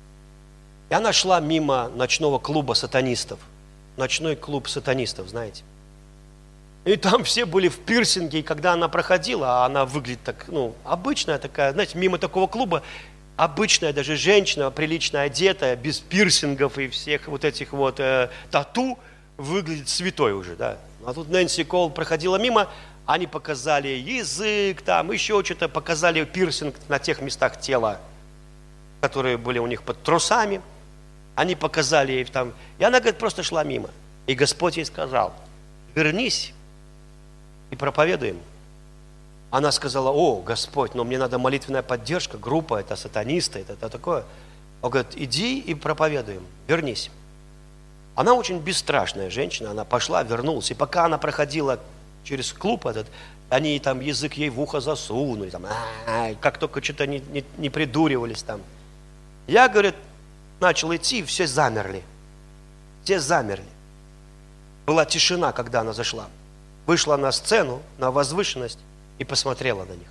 И она шла мимо ночного клуба сатанистов. Ночной клуб сатанистов, знаете. И там все были в пирсинге, и когда она проходила, а она выглядит так, ну, обычная такая, знаете, мимо такого клуба, обычная даже женщина, прилично одетая, без пирсингов и всех вот этих вот э, тату, выглядит святой уже, да. А тут Нэнси Коул проходила мимо, они показали язык, там еще что-то, показали пирсинг на тех местах тела, которые были у них под трусами. Они показали ей там, и она, говорит, просто шла мимо. И Господь ей сказал, вернись и проповедуй им. Она сказала, о, Господь, но мне надо молитвенная поддержка, группа, это сатанисты, это, это такое. Он говорит, иди и проповедуй им, вернись. Она очень бесстрашная женщина, она пошла, вернулась. И пока она проходила через клуб этот, они там язык ей в ухо засунули, там, как только что-то не, не, не придуривались там. Я, говорит, начал идти, все замерли. Все замерли. Была тишина, когда она зашла. Вышла на сцену, на возвышенность и посмотрела на них.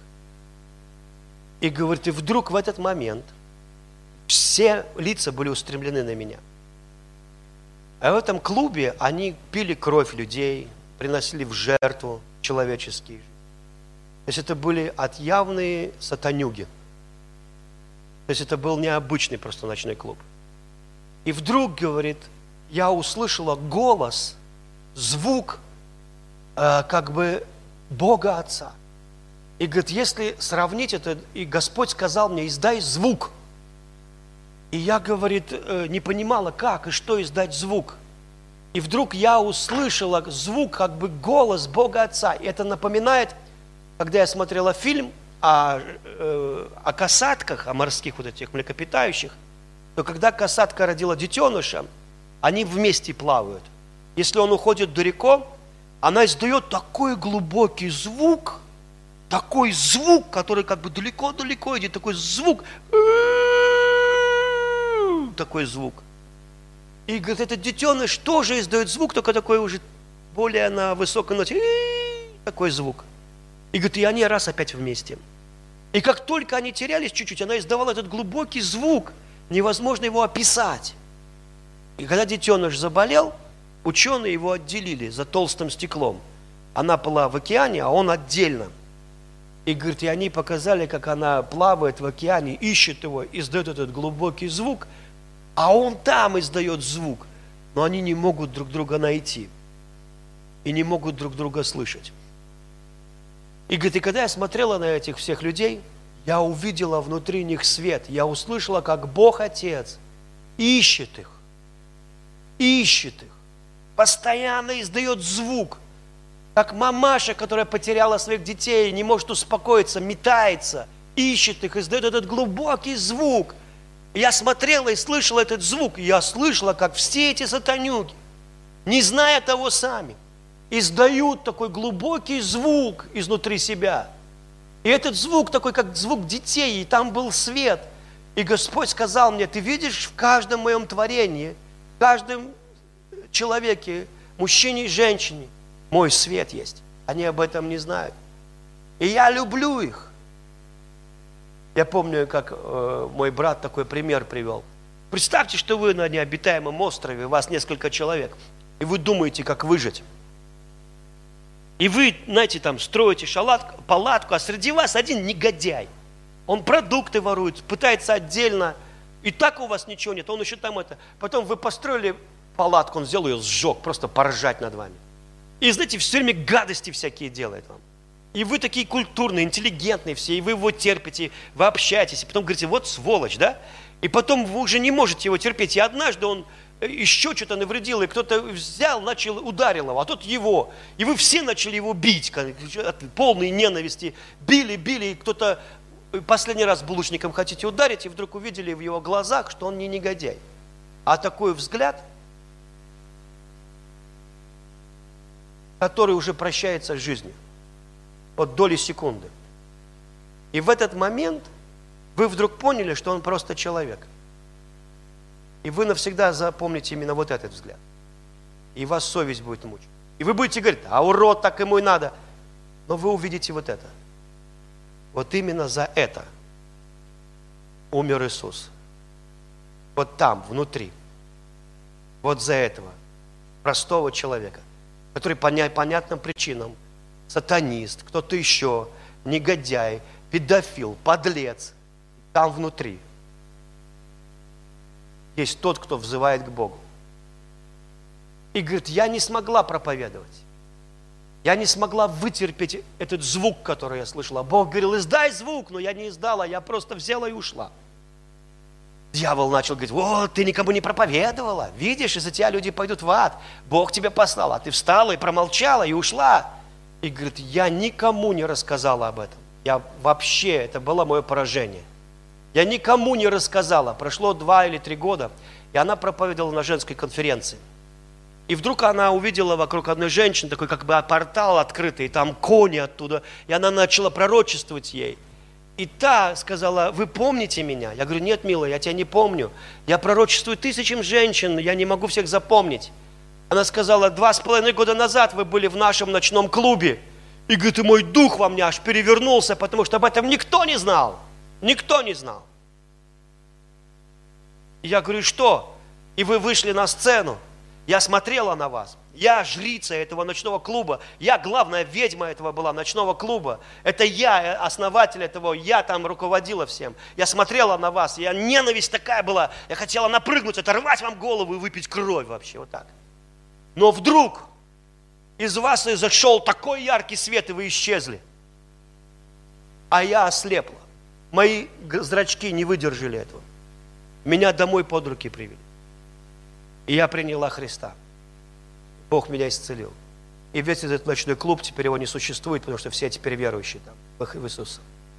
И говорит, и вдруг в этот момент все лица были устремлены на меня. А в этом клубе они пили кровь людей, приносили в жертву человеческие. То есть это были отъявные сатанюги. То есть это был необычный просто ночной клуб. И вдруг, говорит, я услышала голос, звук, э, как бы Бога Отца. И говорит, если сравнить это, и Господь сказал мне, издай звук. И я, говорит, э, не понимала, как и что издать звук. И вдруг я услышала звук, как бы голос Бога Отца. И это напоминает, когда я смотрела фильм о, э, о касатках, о морских вот этих млекопитающих, то когда касатка родила детеныша, они вместе плавают. Если он уходит далеко, она издает такой глубокий звук, такой звук, который как бы далеко-далеко идет, такой звук, такой звук. И, говорит, этот детеныш тоже издает звук, только такой уже более на высокой ноте, такой звук. И, говорит, и они раз опять вместе. И как только они терялись чуть-чуть, она издавала этот глубокий звук, невозможно его описать. И когда детеныш заболел, ученые его отделили за толстым стеклом. Она была в океане, а он отдельно. И, говорит, и они показали, как она плавает в океане, ищет его, издает этот глубокий звук, а он там издает звук, но они не могут друг друга найти и не могут друг друга слышать. И, говорит, и когда я смотрела на этих всех людей, я увидела внутри них свет, я услышала, как Бог Отец ищет их, ищет их, постоянно издает звук, как мамаша, которая потеряла своих детей, не может успокоиться, метается, ищет их, издает этот глубокий звук. Я смотрела и слышала этот звук, и я слышала, как все эти сатанюги, не зная того сами, издают такой глубокий звук изнутри себя. И этот звук такой, как звук детей, и там был свет. И Господь сказал мне: ты видишь в каждом моем творении, в каждом человеке, мужчине и женщине, мой свет есть. Они об этом не знают. И я люблю их. Я помню, как э, мой брат такой пример привел. Представьте, что вы на необитаемом острове, вас несколько человек, и вы думаете, как выжить. И вы, знаете, там строите шалатку, палатку, а среди вас один негодяй. Он продукты ворует, пытается отдельно, и так у вас ничего нет, он еще там это. Потом вы построили палатку, он взял ее, сжег, просто поржать над вами. И, знаете, все время гадости всякие делает вам. И вы такие культурные, интеллигентные все, и вы его терпите, вы общаетесь, и потом говорите: вот сволочь, да? И потом вы уже не можете его терпеть. И однажды он еще что-то навредил, и кто-то взял, начал, ударил его, а тот его. И вы все начали его бить, от полной ненависти. Били, били, и кто-то последний раз булочником хотите ударить, и вдруг увидели в его глазах, что он не негодяй. А такой взгляд, который уже прощается с жизнью. От доли секунды. И в этот момент вы вдруг поняли, что он просто человек. И вы навсегда запомните именно вот этот взгляд. И вас совесть будет мучить. И вы будете говорить: а урод, так ему и надо. Но вы увидите вот это. Вот именно за это умер Иисус. Вот там, внутри. Вот за этого простого человека, который по понятным причинам, сатанист, кто-то еще, негодяй, педофил, подлец, там внутри есть тот, кто взывает к Богу. И говорит: я не смогла проповедовать. Я не смогла вытерпеть этот звук, который я слышала. Бог говорил: издай звук, но я не издала, я просто взяла и ушла. Дьявол начал говорить: вот, ты никому не проповедовала. Видишь, из-за тебя люди пойдут в ад. Бог тебя послал, а ты встала и промолчала, и ушла. И говорит: я никому не рассказала об этом. Я вообще, это было мое поражение. Я никому не рассказала. Прошло два или три года, и она проповедовала на женской конференции. И вдруг она увидела вокруг одной женщины такой как бы портал открытый, и там кони оттуда. И она начала пророчествовать ей. И та сказала: вы помните меня? Я говорю: нет, милая, я тебя не помню. Я пророчествую тысячам женщин, я не могу всех запомнить. Она сказала: два с половиной года назад вы были в нашем ночном клубе. И говорит: и мой дух во мне аж перевернулся, потому что об этом никто не знал. Никто не знал. И я говорю: что? И вы вышли на сцену. Я смотрела на вас. Я жрица этого ночного клуба. Я главная ведьма этого была, ночного клуба. Это я, основатель этого, я там руководила всем. Я смотрела на вас, я ненависть такая была. Я хотела напрыгнуть, оторвать вам голову и выпить кровь вообще, вот так. Но вдруг из вас изошел такой яркий свет, и вы исчезли. А я ослепла. Мои зрачки не выдержали этого. Меня домой под руки привели. И я приняла Христа. Бог меня исцелил. И весь этот ночной клуб, теперь его не существует, потому что все теперь верующие там, в Иисуса.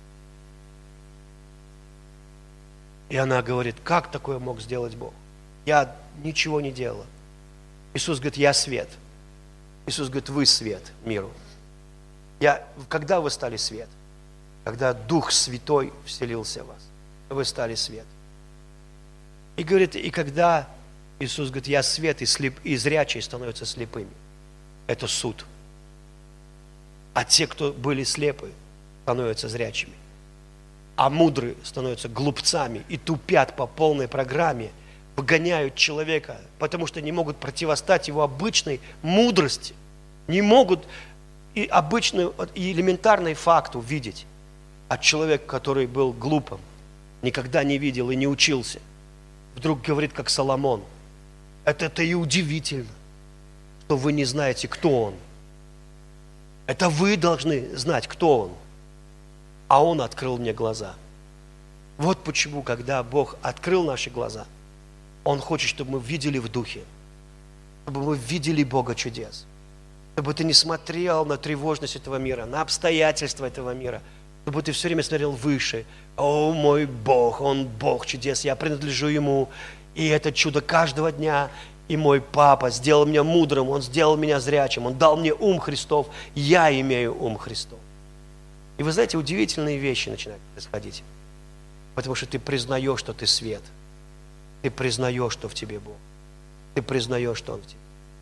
И она говорит: как такое мог сделать Бог? Я ничего не делала. Иисус говорит: я свет. Иисус говорит: вы свет миру. Я, когда вы стали свет? Когда Дух Святой вселился в вас. Вы стали свет. И говорит, и когда Иисус говорит: я свет, и, слеп, и зрячие становятся слепыми. Это суд. А те, кто были слепы, становятся зрячими. А мудрые становятся глупцами и тупят по полной программе, выгоняют человека, потому что не могут противостать его обычной мудрости, не могут и обычный, и элементарный факт увидеть. А человек, который был глупым, никогда не видел и не учился, вдруг говорит, как Соломон: это-то и удивительно, что вы не знаете, кто он. Это вы должны знать, кто он. А он открыл мне глаза. Вот почему, когда Бог открыл наши глаза, Он хочет, чтобы мы видели в духе, чтобы мы видели Бога чудес, чтобы ты не смотрел на тревожность этого мира, на обстоятельства этого мира, чтобы ты все время смотрел выше. О, мой Бог, Он Бог чудес, я принадлежу Ему, и это чудо каждого дня. И мой Папа сделал меня мудрым, Он сделал меня зрячим, Он дал мне ум Христов, я имею ум Христов. И вы знаете, удивительные вещи начинают происходить. Потому что ты признаешь, что ты свет. Ты признаешь, что в тебе Бог. Ты признаешь, что Он в тебе.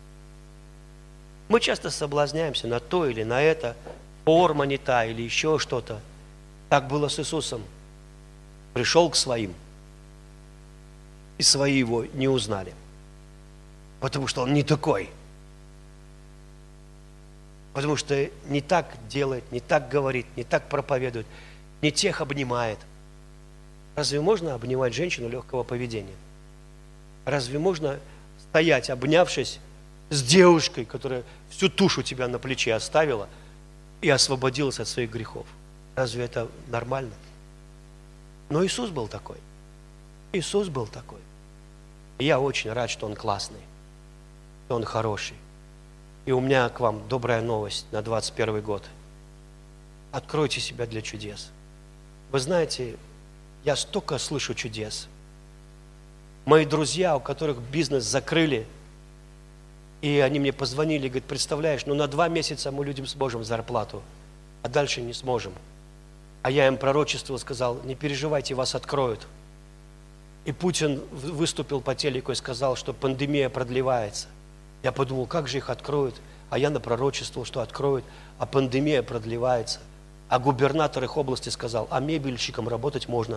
Мы часто соблазняемся на то или на это, форма не та или еще что-то. Так было с Иисусом. Пришел к своим, и свои Его не узнали. Потому что Он не такой. Потому что не так делает, не так говорит, не так проповедует, не тех обнимает. Разве можно обнимать женщину легкого поведения? Разве можно стоять, обнявшись с девушкой, которая всю тушу тебя на плече оставила и освободилась от своих грехов? Разве это нормально? Но Иисус был такой. Иисус был такой. И я очень рад, что Он классный, что Он хороший. И у меня к вам добрая новость на двадцать первый год. Откройте себя для чудес. Вы знаете, я столько слышу чудес. Мои друзья, у которых бизнес закрыли, и они мне позвонили, говорят, представляешь, ну на два месяца мы людям сможем зарплату, а дальше не сможем. А я им пророчествовал, сказал, не переживайте, вас откроют. И Путин выступил по телеку и сказал, что пандемия продлевается. Я подумал, как же их откроют? А я напророчествовал, что откроют, а пандемия продлевается. А губернатор их области сказал, а мебельщикам работать можно.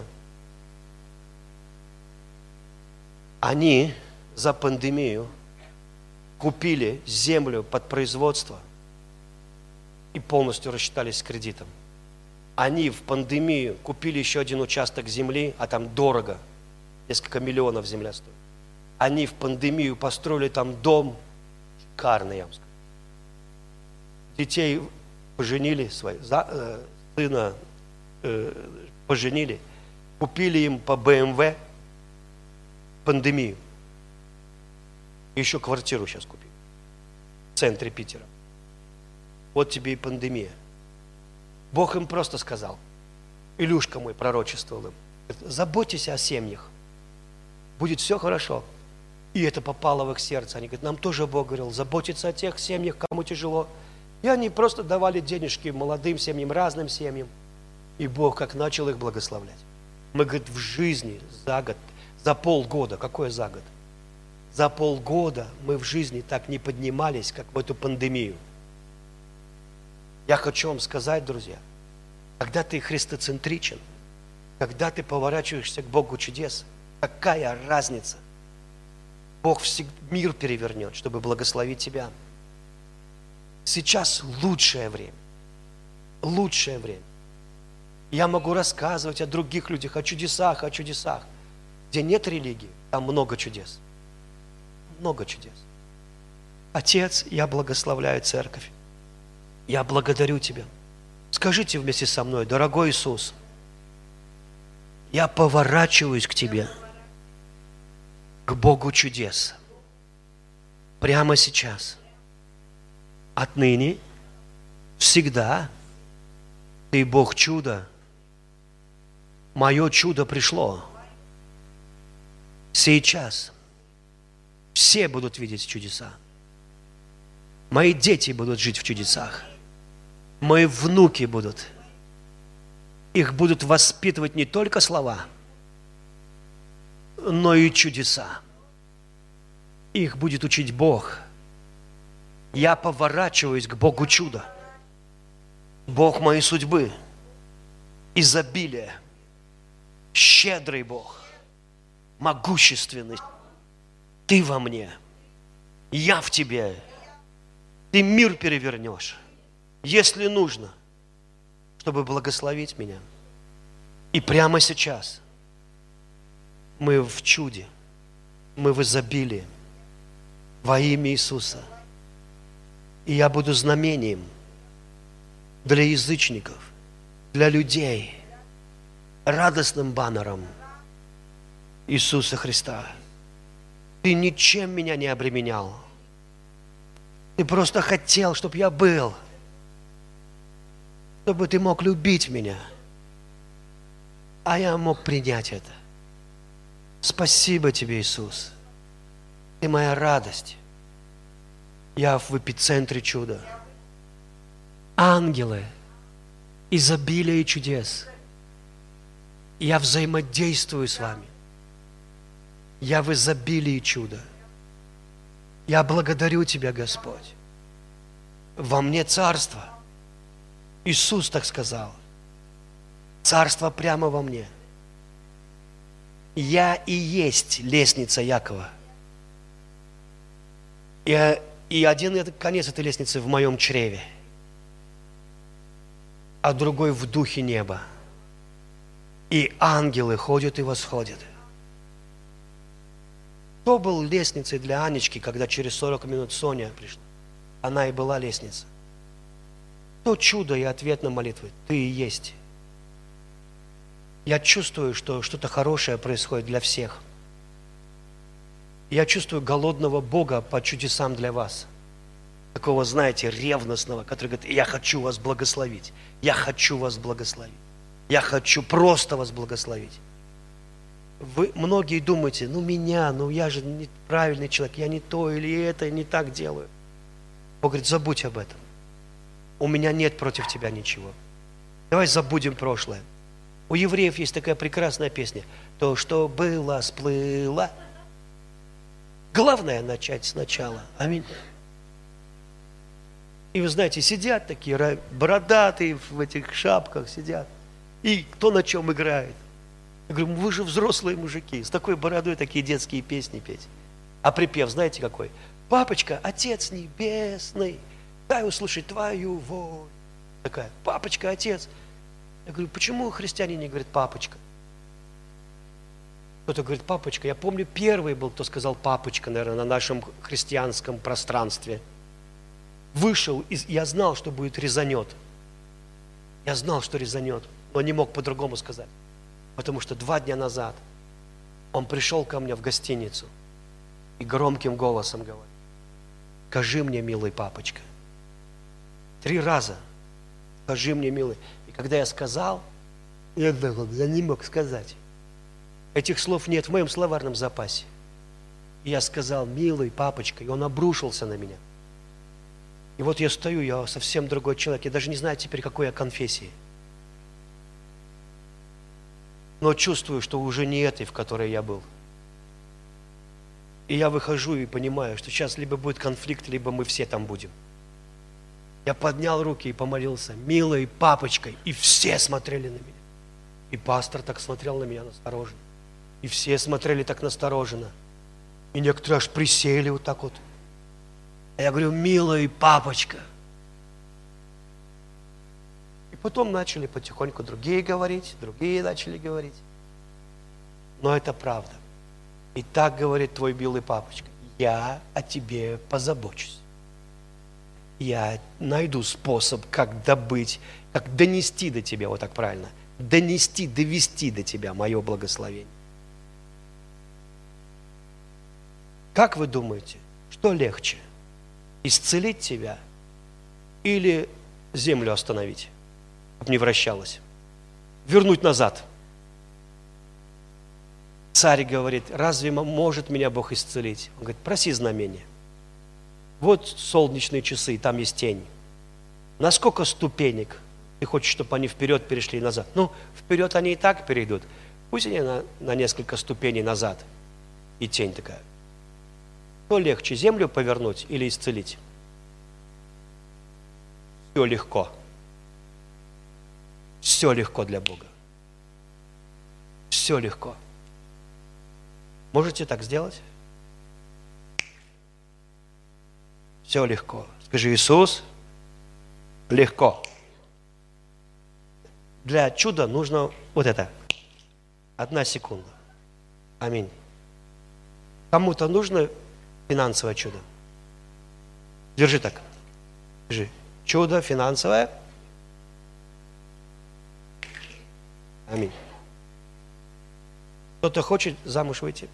Они за пандемию купили землю под производство и полностью рассчитались с кредитом. Они в пандемию купили еще один участок земли, а там дорого, несколько миллионов земля стоит. Они в пандемию построили там дом, шикарный, я вам скажу. Детей поженили, свои, за, э, сына э, поженили, купили им по бэ эм вэ, пандемию. Еще квартиру сейчас купили в центре Питера. Вот тебе и пандемия. Бог им просто сказал, Илюшка мой пророчествовал им, заботьтесь о семьях, будет все хорошо. И это попало в их сердце. Они говорят, нам тоже Бог говорил, заботиться о тех семьях, кому тяжело. И они просто давали денежки молодым семьям, разным семьям. И Бог как начал их благословлять. Мы, говорит, в жизни за год, за полгода, какое за год? За полгода мы в жизни так не поднимались, как в эту пандемию. Я хочу вам сказать, друзья, когда ты христоцентричен, когда ты поворачиваешься к Богу чудес, какая разница? Бог всегда мир перевернет, чтобы благословить тебя. Сейчас лучшее время. Лучшее время. Я могу рассказывать о других людях, о чудесах, о чудесах. Где нет религии, там много чудес. Много чудес. Отец, я благословляю церковь. Я благодарю Тебя. Скажите вместе со мной, дорогой Иисус, я поворачиваюсь к Тебе, к Богу чудес. Прямо сейчас. Отныне, всегда, Ты Бог чуда. Мое чудо пришло. Сейчас все будут видеть чудеса. Мои дети будут жить в чудесах. Мои внуки будут. Их будут воспитывать не только слова, но и чудеса. Их будет учить Бог. Я поворачиваюсь к Богу чуда. Бог моей судьбы, изобилие, щедрый Бог, могущественный. Ты во мне, я в тебе. Ты мир перевернешь, если нужно, чтобы благословить меня. И прямо сейчас мы в чуде, мы в изобилии во имя Иисуса. И я буду знамением для язычников, для людей, радостным баннером Иисуса Христа. Ты ничем меня не обременял. Ты просто хотел, чтобы я был, чтобы ты мог любить меня, а я мог принять это. Спасибо тебе, Иисус. Ты моя радость. Я в эпицентре чуда. Ангелы изобилие чудес. Я взаимодействую с вами. Я в изобилии чуда. Я благодарю Тебя, Господь. Во мне царство. Иисус так сказал. Царство прямо во мне. Я и есть лестница Якова. И, и один конец этой лестницы в моем чреве, а другой в духе неба. И ангелы ходят и восходят. Кто был лестницей для Анечки, когда через сорок минут Соня пришла? Она и была лестница. То чудо и ответ на молитвы. Ты и есть. Я чувствую, что что-то хорошее происходит для всех. Я чувствую голодного Бога по чудесам для вас. Такого, знаете, ревностного, который говорит: я хочу вас благословить. Я хочу вас благословить. Я хочу просто вас благословить. Вы многие думаете: ну меня, ну я же неправильный человек, я не то или это, не так делаю. Бог говорит: забудь об этом. У меня нет против тебя ничего. Давай забудем прошлое. У евреев есть такая прекрасная песня. То, что было, сплыло. Главное начать сначала. Аминь. И вы знаете, сидят такие бородатые в этих шапках сидят. И кто на чем играет. Я говорю: вы же взрослые мужики, с такой бородой такие детские песни петь. А припев знаете какой? Папочка, Отец Небесный, дай услышать Твою волю. Такая: папочка, Отец. Я говорю: почему христиане не говорят папочка? Кто-то говорит папочка. Я помню, первый был, кто сказал папочка, наверное, на нашем христианском пространстве. Вышел, из, я знал, что будет резанет. Я знал, что резанет, но не мог по-другому сказать. Потому что два дня назад он пришел ко мне в гостиницу и громким голосом говорит: скажи мне, милый папочка. Три раза. Скажи мне, милый. И когда я сказал, я, я не мог сказать. Этих слов нет в моем словарном запасе. И я сказал: милый папочка, и он обрушился на меня. И вот я стою, я совсем другой человек. Я даже не знаю теперь, какой я конфессии. Но чувствую, что уже не этой, в которой я был. И я выхожу и понимаю, что сейчас либо будет конфликт, либо мы все там будем. Я поднял руки и помолился: милый папочка, и все смотрели на меня. И пастор так смотрел на меня настороженно. И все смотрели так настороженно. И некоторые аж присели вот так вот. А я говорю: милый папочка. И потом начали потихоньку другие говорить, другие начали говорить. Но это правда. И так говорит твой милый папочка: я о тебе позабочусь. Я найду способ, как добыть, как донести до тебя, вот так правильно, донести, довести до тебя мое благословение. Как вы думаете, что легче? Исцелить тебя или землю остановить, чтобы не вращалась? Вернуть назад. Царь говорит: разве может меня Бог исцелить? Он говорит: проси знамение. Вот солнечные часы, там есть тень. На сколько ступенек ты хочешь, чтобы они вперед перешли и назад? Ну, вперед они и так перейдут. Пусть они на, на несколько ступеней назад. И тень такая. Что легче, землю повернуть или исцелить? Все легко. Все легко для Бога. Все легко. Можете так сделать? Все легко. Скажи: Иисус, легко. Для чуда нужно вот это. Одна секунда. Аминь. Кому-то нужно финансовое чудо? Держи так. Держи. Чудо финансовое. Аминь. Кто-то хочет замуж выйти?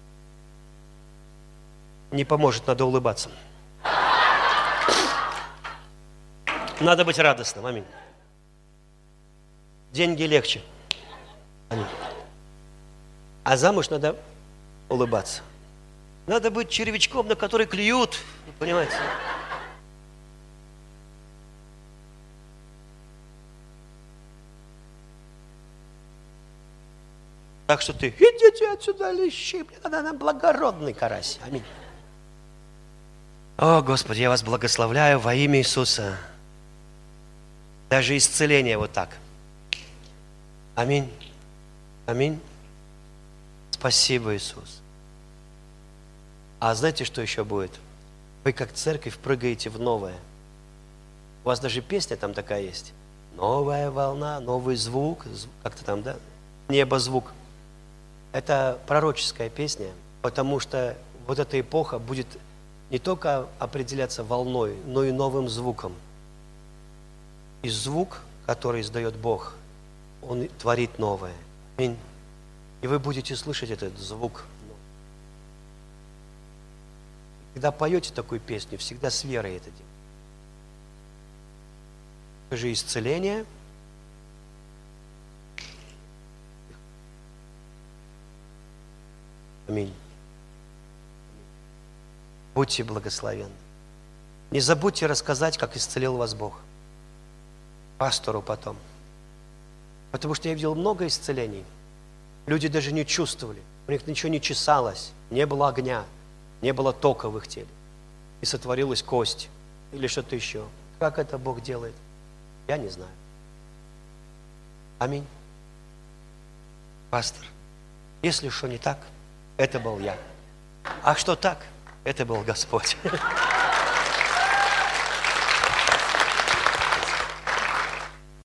Не поможет, надо улыбаться. Надо быть радостным. Аминь. Деньги легче. Аминь. А замуж надо улыбаться. Надо быть червячком, на который клюют. Понимаете? Так что ты, идите отсюда, лещи, мне надо на благородный карась. Аминь. О, Господи, я вас благословляю во имя Иисуса. Даже исцеление вот так. Аминь. Аминь. Спасибо, Иисус. А знаете, что еще будет? Вы как церковь прыгаете в новое. У вас даже песня там такая есть. Новая волна, новый звук. Как-то там, да? Небо звук. Это пророческая песня, потому что вот эта эпоха будет не только определяться волной, но и новым звуком. И звук, который издает Бог, Он творит новое. Аминь. И вы будете слышать этот звук. Когда поете такую песню, всегда с верой это делайте. Скажи исцеление. Аминь. Будьте благословенны. Не забудьте рассказать, как исцелил вас Бог. Пастору потом. Потому что я видел много исцелений. Люди даже не чувствовали. У них ничего не чесалось. Не было огня. Не было тока в их теле. И сотворилась кость. Или что-то еще. Как это Бог делает? Я не знаю. Аминь. Пастор, если что не так, это был я. А что так, это был Господь.